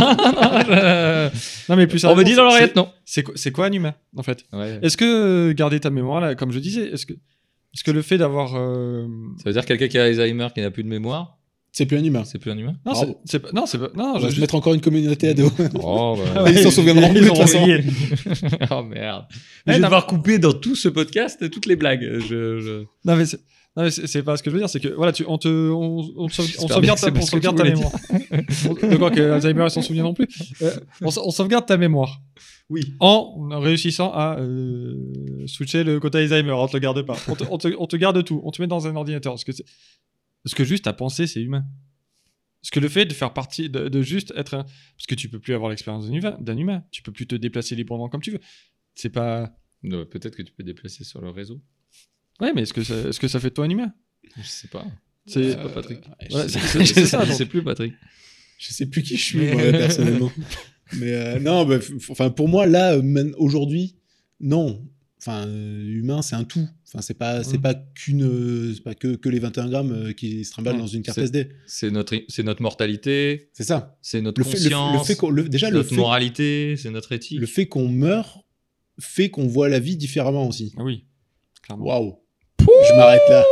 je- non mais plus On me dit dans sérieusement, l'oreillette, non. c'est quoi- c'est quoi un humain en fait? Ouais. Est-ce que euh, garder ta mémoire là, comme je disais, est-ce que est-ce que le fait d'avoir euh, Ça veut dire quelqu'un qui a Alzheimer, qui n'a plus de mémoire, C'est plus un humain. c'est plus un humain? non, Bravo. c'est c'est pas non, c'est pas non, On je- va se je- mettre encore une communauté à dos. Oh, Ah bah. ouais, Ils s'en souviendront ils plus, de ont toute façon. oublié. Oh merde. Ouais, je vais non, devoir couper dans tout ce podcast toutes les blagues. Je, je... Non mais c'est non, mais c'est c'est pas ce que je veux dire, c'est que voilà, tu, on te, on, on, te sauve- on J'espère sauvegarde, bien ta, que c'est on pas ce que sauvegarde tu ta voulais mémoire. On- de quoi que Alzheimer il s'en souvient non plus. Euh, on, sa- on sauvegarde ta mémoire. Oui. En réussissant à euh, switcher le côté Alzheimer, on te le garde pas. On te, on te- on te garde tout. On te met dans un ordinateur. Parce que, c'est- parce que juste à penser, c'est humain. Parce que le fait de faire partie, de, de juste être un... Parce que tu peux plus avoir l'expérience d'un humain, d'un humain. Tu peux plus te déplacer librement comme tu veux. C'est pas... Non, peut-être que tu peux déplacer sur le réseau. Ouais, mais est-ce que, ça, est-ce que ça fait de toi un humain? Je sais pas. C'est... Je sais pas, Patrick. Ouais, Voilà, je, c'est- sais, c'est- c'est ça, Je donc. sais plus, Patrick. je sais plus qui je suis, moi, personnellement. Mais euh, non, bah, f- enfin, pour moi, là, euh, man- aujourd'hui, non. Enfin, euh, humain, c'est un tout. Enfin, c'est pas, c'est Mm. pas qu'une, euh, c'est pas que, que les vingt et un grammes euh, qui se trimballent Mm. dans une carte C'est- S D. C'est notre, c'est notre mortalité, C'est ça. c'est notre Le fait, le, le conscience, fait qu'on, le- déjà, c'est le notre fait, moralité, c'est notre éthique. le fait qu'on meurt fait qu'on voit la vie différemment aussi. Ah oui, clairement. Waouh. Je m'arrête là.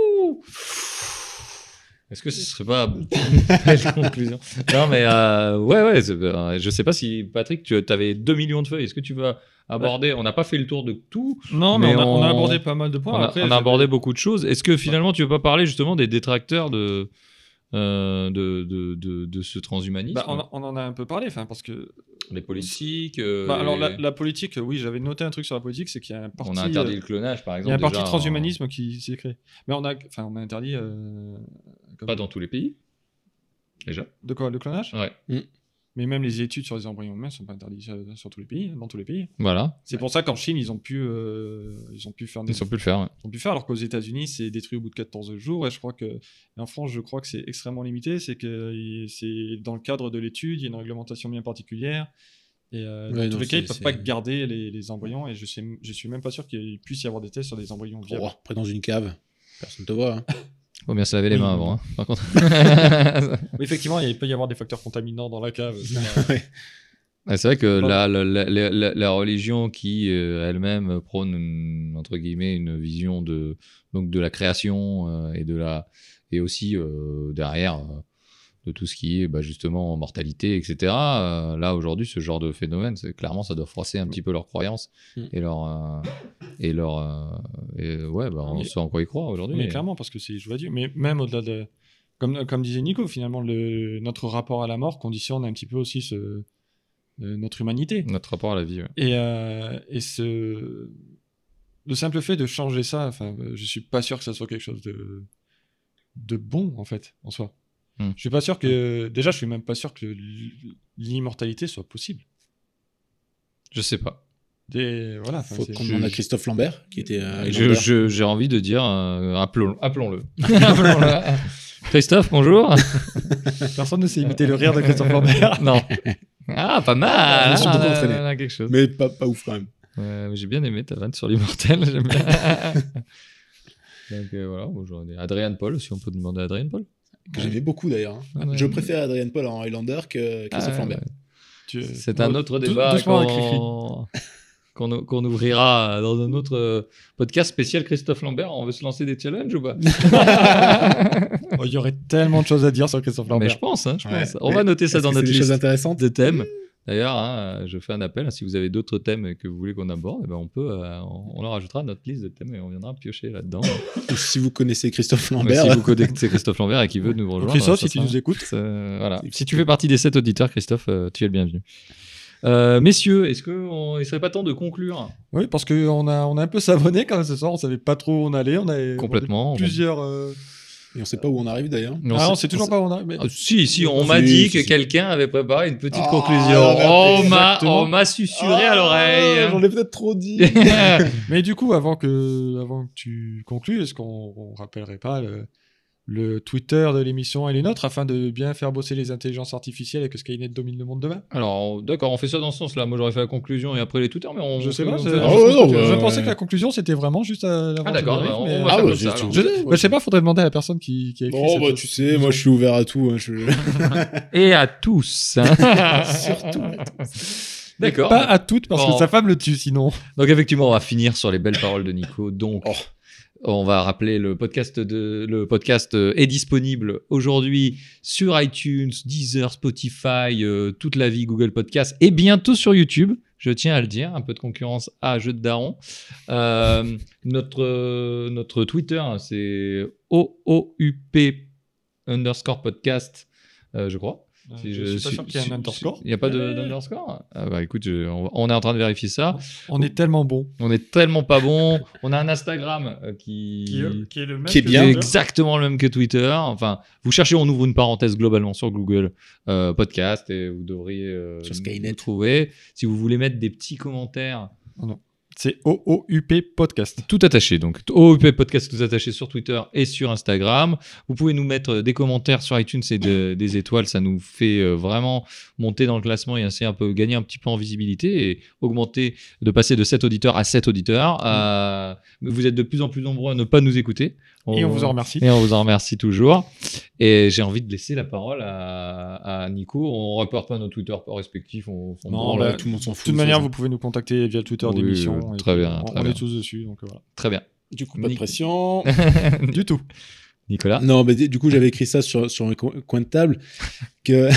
Est-ce que ce serait pas une belle conclusion? Non, mais euh, ouais, ouais. c'est- euh, je sais pas si, Patrick, tu avais deux millions de feuilles. Est-ce que tu veux aborder? On n'a pas fait le tour de tout. Non, mais, Mais on, a, on a on- abordé pas mal de points. On a, Après, on a c'est- abordé beaucoup de choses. Est-ce que finalement, tu veux pas parler justement des détracteurs de, euh, de, de, de, de ce transhumanisme? Bah, on, a- on en a un peu parlé, enfin, parce que. Les politiques. euh, Bah, alors, les- la, la politique, oui, j'avais noté un truc sur la politique, c'est qu'il y a un parti. on a interdit euh, le clonage, par il y exemple. a un parti déjà, en- transhumanisme qui s'est créé. Mais on a, enfin, on a interdit. euh, comme- Pas dans tous les pays. Déjà. De quoi? Le clonage? Ouais. Mais même les études sur les embryons humains sont pas interdites euh, sur tous les pays, dans tous les pays. Voilà. C'est pour ça qu'en Chine, ils ont pu, euh, ils ont pu faire. des- Ils ont pu le faire. Ouais. Ils ont pu faire, alors qu'aux États-Unis, c'est détruit au bout de quatorze jours. Et je crois que, et en France, je crois que c'est extrêmement limité. C'est que il- c'est dans le cadre de l'étude, il y a une réglementation bien particulière. Et euh, dans Ouais, tous non, les cas, c'est- ils ne peuvent c'est- pas garder les, les embryons. Et je sais, je suis même pas sûr qu'il puisse y avoir des tests sur des embryons viables. Oh, après, dans une cave, personne te voit. hein. Faut bien se laver les Oui, mains oui. avant. Hein, par contre. Oui, effectivement, il peut y avoir des facteurs contaminants dans la cave. C'est pas- Ouais. Ouais, c'est vrai que Bon. la, la, la, la- la- la religion qui euh, elle-même prône une, entre guillemets une vision de donc de la création euh, et de la et aussi euh, derrière euh, de tout ce qui est bah, justement mortalité, et cetera. Euh, là aujourd'hui, ce genre de phénomène, c'est clairement ça doit froisser un petit peu leurs croyances Mm. et leur euh, et leur euh, et, ouais, bah, on Mais- sait en quoi ils croient aujourd'hui. Mais clairement, parce que c'est joue à Dieu. Mais même au-delà de. Comme, comme disait Nico, finalement, le, notre rapport à la mort conditionne un petit peu aussi ce, euh, notre humanité. Notre rapport à la vie. Ouais. Et, euh, et ce... le simple fait de changer ça, enfin, euh, je suis pas sûr que ça soit quelque chose de, de bon, en fait, en soi. Hmm. Je suis pas sûr que. Déjà, je suis même pas sûr que l'immortalité soit possible. Je sais pas. Des... Voilà. enfin, Faut c'est- qu'on je- demande à Christophe Lambert, qui était. euh, Je- Lambert. je- J'ai envie de dire, euh, appelons- appelons-le. Appelons-le. Christophe, bonjour. Personne ne sait imiter le rire de Christophe Lambert. Non. Ah, pas mal. Je me suis Ah, beaucoup là, entraîné. là, là, quelque chose. Mais pas, pas ouf quand même. Ouais, mais j'ai bien aimé ta vanne sur l'immortel. J'aime bien. Donc euh, voilà, bon, j'aurais dit Adrien Paul, si on peut demander à Adrien Paul. Que j'aimais beaucoup d'ailleurs. hein. Ah, ouais. Je préfère Adrien Paul en Highlander que Christophe Ah, Lambert. ouais. Tu- C'est Non, un autre dou- débat doucement avec Cricri. qu'on qu'on ou- qu'on ouvrira dans un autre euh, podcast spécial Christophe Lambert. On veut se lancer des challenges ou pas? Oh, il y aurait tellement de choses à dire sur Christophe Mais Lambert. je pense, hein, je Ouais. pense. On Mais va noter ça est-ce dans que notre c'est des choses liste intéressantes. de thèmes. D'ailleurs, hein, je fais un appel. Hein, si vous avez d'autres thèmes que vous voulez qu'on aborde, eh ben on peut, euh, on, on leur ajoutera à notre liste de thèmes et on viendra piocher là-dedans. Ou si vous connaissez Christophe Mais Lambert. si vous connaissez Christophe Lambert et qui veut nous rejoindre. Christophe, ça si tu sera- nous écoutes. ça- voilà. Si tu fais partie des sept auditeurs, Christophe, euh, tu es le bienvenu. Euh, messieurs, est-ce qu'il ne serait pas temps de conclure Oui, parce qu'on a, on a un peu savonné quand même ce soir. On savait pas trop où on allait. On avait complètement on avait plusieurs. euh, Et on sait pas où on arrive d'ailleurs. Non, Ah, c'est- on sait toujours pas où on arrive. mais- Ah, si, si, on Si, m'a dit si, que si. quelqu'un avait préparé une petite Ah, conclusion. non, mais Oh, on m'a, exactement. on m'a susurré à Ah, l'oreille. J'en ai peut-être trop dit. Mais du coup, avant que, avant que tu conclues, est-ce qu'on on rappellerait pas le, le Twitter de l'émission et les nôtres afin de bien faire bosser les intelligences artificielles et que Skynet domine le monde demain? Alors, d'accord, on fait ça dans ce sens-là. Moi, j'aurais fait la conclusion et après les Twitter, mais on. Je sais on pas. fait- c'est- Ah je, ouais, pense non, que- bah, je ouais. pensais que la conclusion c'était vraiment juste à la Ah, d'accord, bah, on mais- va Ah faire ouais, comme j'ai ça, tout alors. Je, Ouais, bah, je sais pas, faudrait demander à la personne qui, qui a écrit. Bon, cette- bah tu sais, moi je suis ouvert à tout. hein, je- Et à tous. hein. Surtout. D'accord. Pas à toutes parce Bon. que sa femme le tue sinon. Donc effectivement, on va finir sur les belles paroles de Nico. Donc, Oh. on va rappeler le podcast de le podcast euh, est disponible aujourd'hui sur iTunes, Deezer, Spotify, euh, toute la vie Google Podcast et bientôt sur YouTube. Je tiens à le dire, un peu de concurrence à Jeu de Daron. Euh, notre euh, notre Twitter, c'est O O U P underscore podcast, euh, je crois. Si je, suis pas sûr qu'il y ait si- un underscore. Il n'y a pas de- d'underscore ah bah écoute, je- on, on est en train de vérifier ça. On est tellement bon. On est tellement pas bon. On a un Instagram euh, qui, Qui est le même Qui est que bien. qui est Twitter. exactement le même que Twitter. Enfin, vous cherchez, on ouvre une parenthèse globalement sur Google euh, Podcast et vous devriez euh, Sur Skynet. nous trouver. Si vous voulez mettre des petits commentaires, C'est O O U P podcast. tout attaché. Donc, O U P Podcast tout attaché sur Twitter et sur Instagram. Vous pouvez nous mettre des commentaires sur iTunes et de- des étoiles. Ça nous fait euh, vraiment monter dans le classement et ainsi un peu gagner un petit peu en visibilité et augmenter, de passer de sept auditeurs à sept auditeurs. Euh, vous êtes de plus en plus nombreux à ne pas nous écouter. Et on vous en remercie. Et on vous en remercie toujours. Et j'ai envie de laisser la parole à, à Nico. On ne reporte pas nos Twitter respectifs. On, on Non, branle. bah, tout le monde s'en De fout. toute manière, ça. vous pouvez nous contacter via le Twitter Oui, d'émission. et très puis bien, On, très on bien. est tous dessus, donc voilà. Très bien. Du coup, pas de Nick. pression. Du tout. Nicolas. Non, mais du coup, j'avais écrit ça sur, sur un co- coin de table que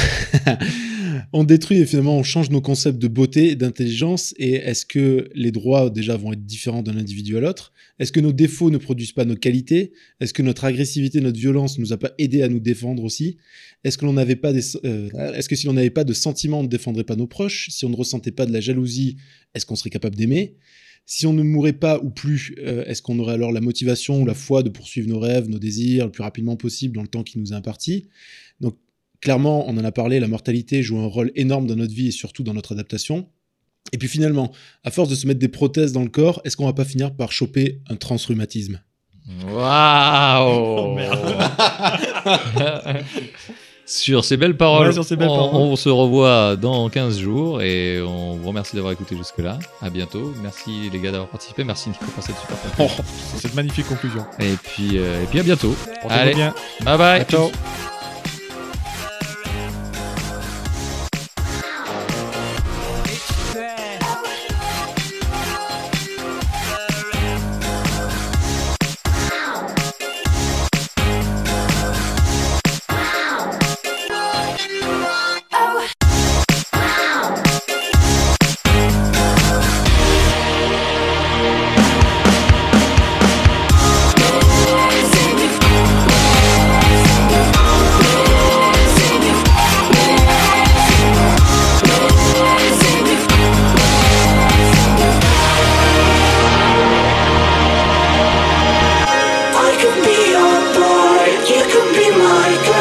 on détruit et finalement on change nos concepts de beauté et d'intelligence. Et est-ce que les droits déjà vont être différents d'un individu à l'autre? Est-ce que nos défauts ne produisent pas nos qualités? Est-ce que notre agressivité, notre violence nous a pas aidé à nous défendre aussi? Est-ce que l'on n'avait pas des, euh, est-ce que si on n'avait pas de sentiments, on ne défendrait pas nos proches? Si on ne ressentait pas de la jalousie, est-ce qu'on serait capable d'aimer? Si on ne mourait pas ou plus, euh, est-ce qu'on aurait alors la motivation ou la foi de poursuivre nos rêves, nos désirs le plus rapidement possible dans le temps qui nous est imparti? Donc, clairement, on en a parlé, la mortalité joue un rôle énorme dans notre vie et surtout dans notre adaptation. Et puis finalement, à force de se mettre des prothèses dans le corps, est-ce qu'on va pas finir par choper un transrhumatisme? Waouh. Oh, merde. Sur ces belles paroles, Ouais, sur ces belles on, paroles. on se revoit dans quinze jours et on vous remercie d'avoir écouté jusque-là. À bientôt. Merci les gars d'avoir participé. Merci Nico pour cette super conclusion. C'est cette magnifique conclusion. Et puis, euh, et puis à bientôt. Portez-vous Allez, bien. bye bye. Ciao. I could be your bride, you could be my girl.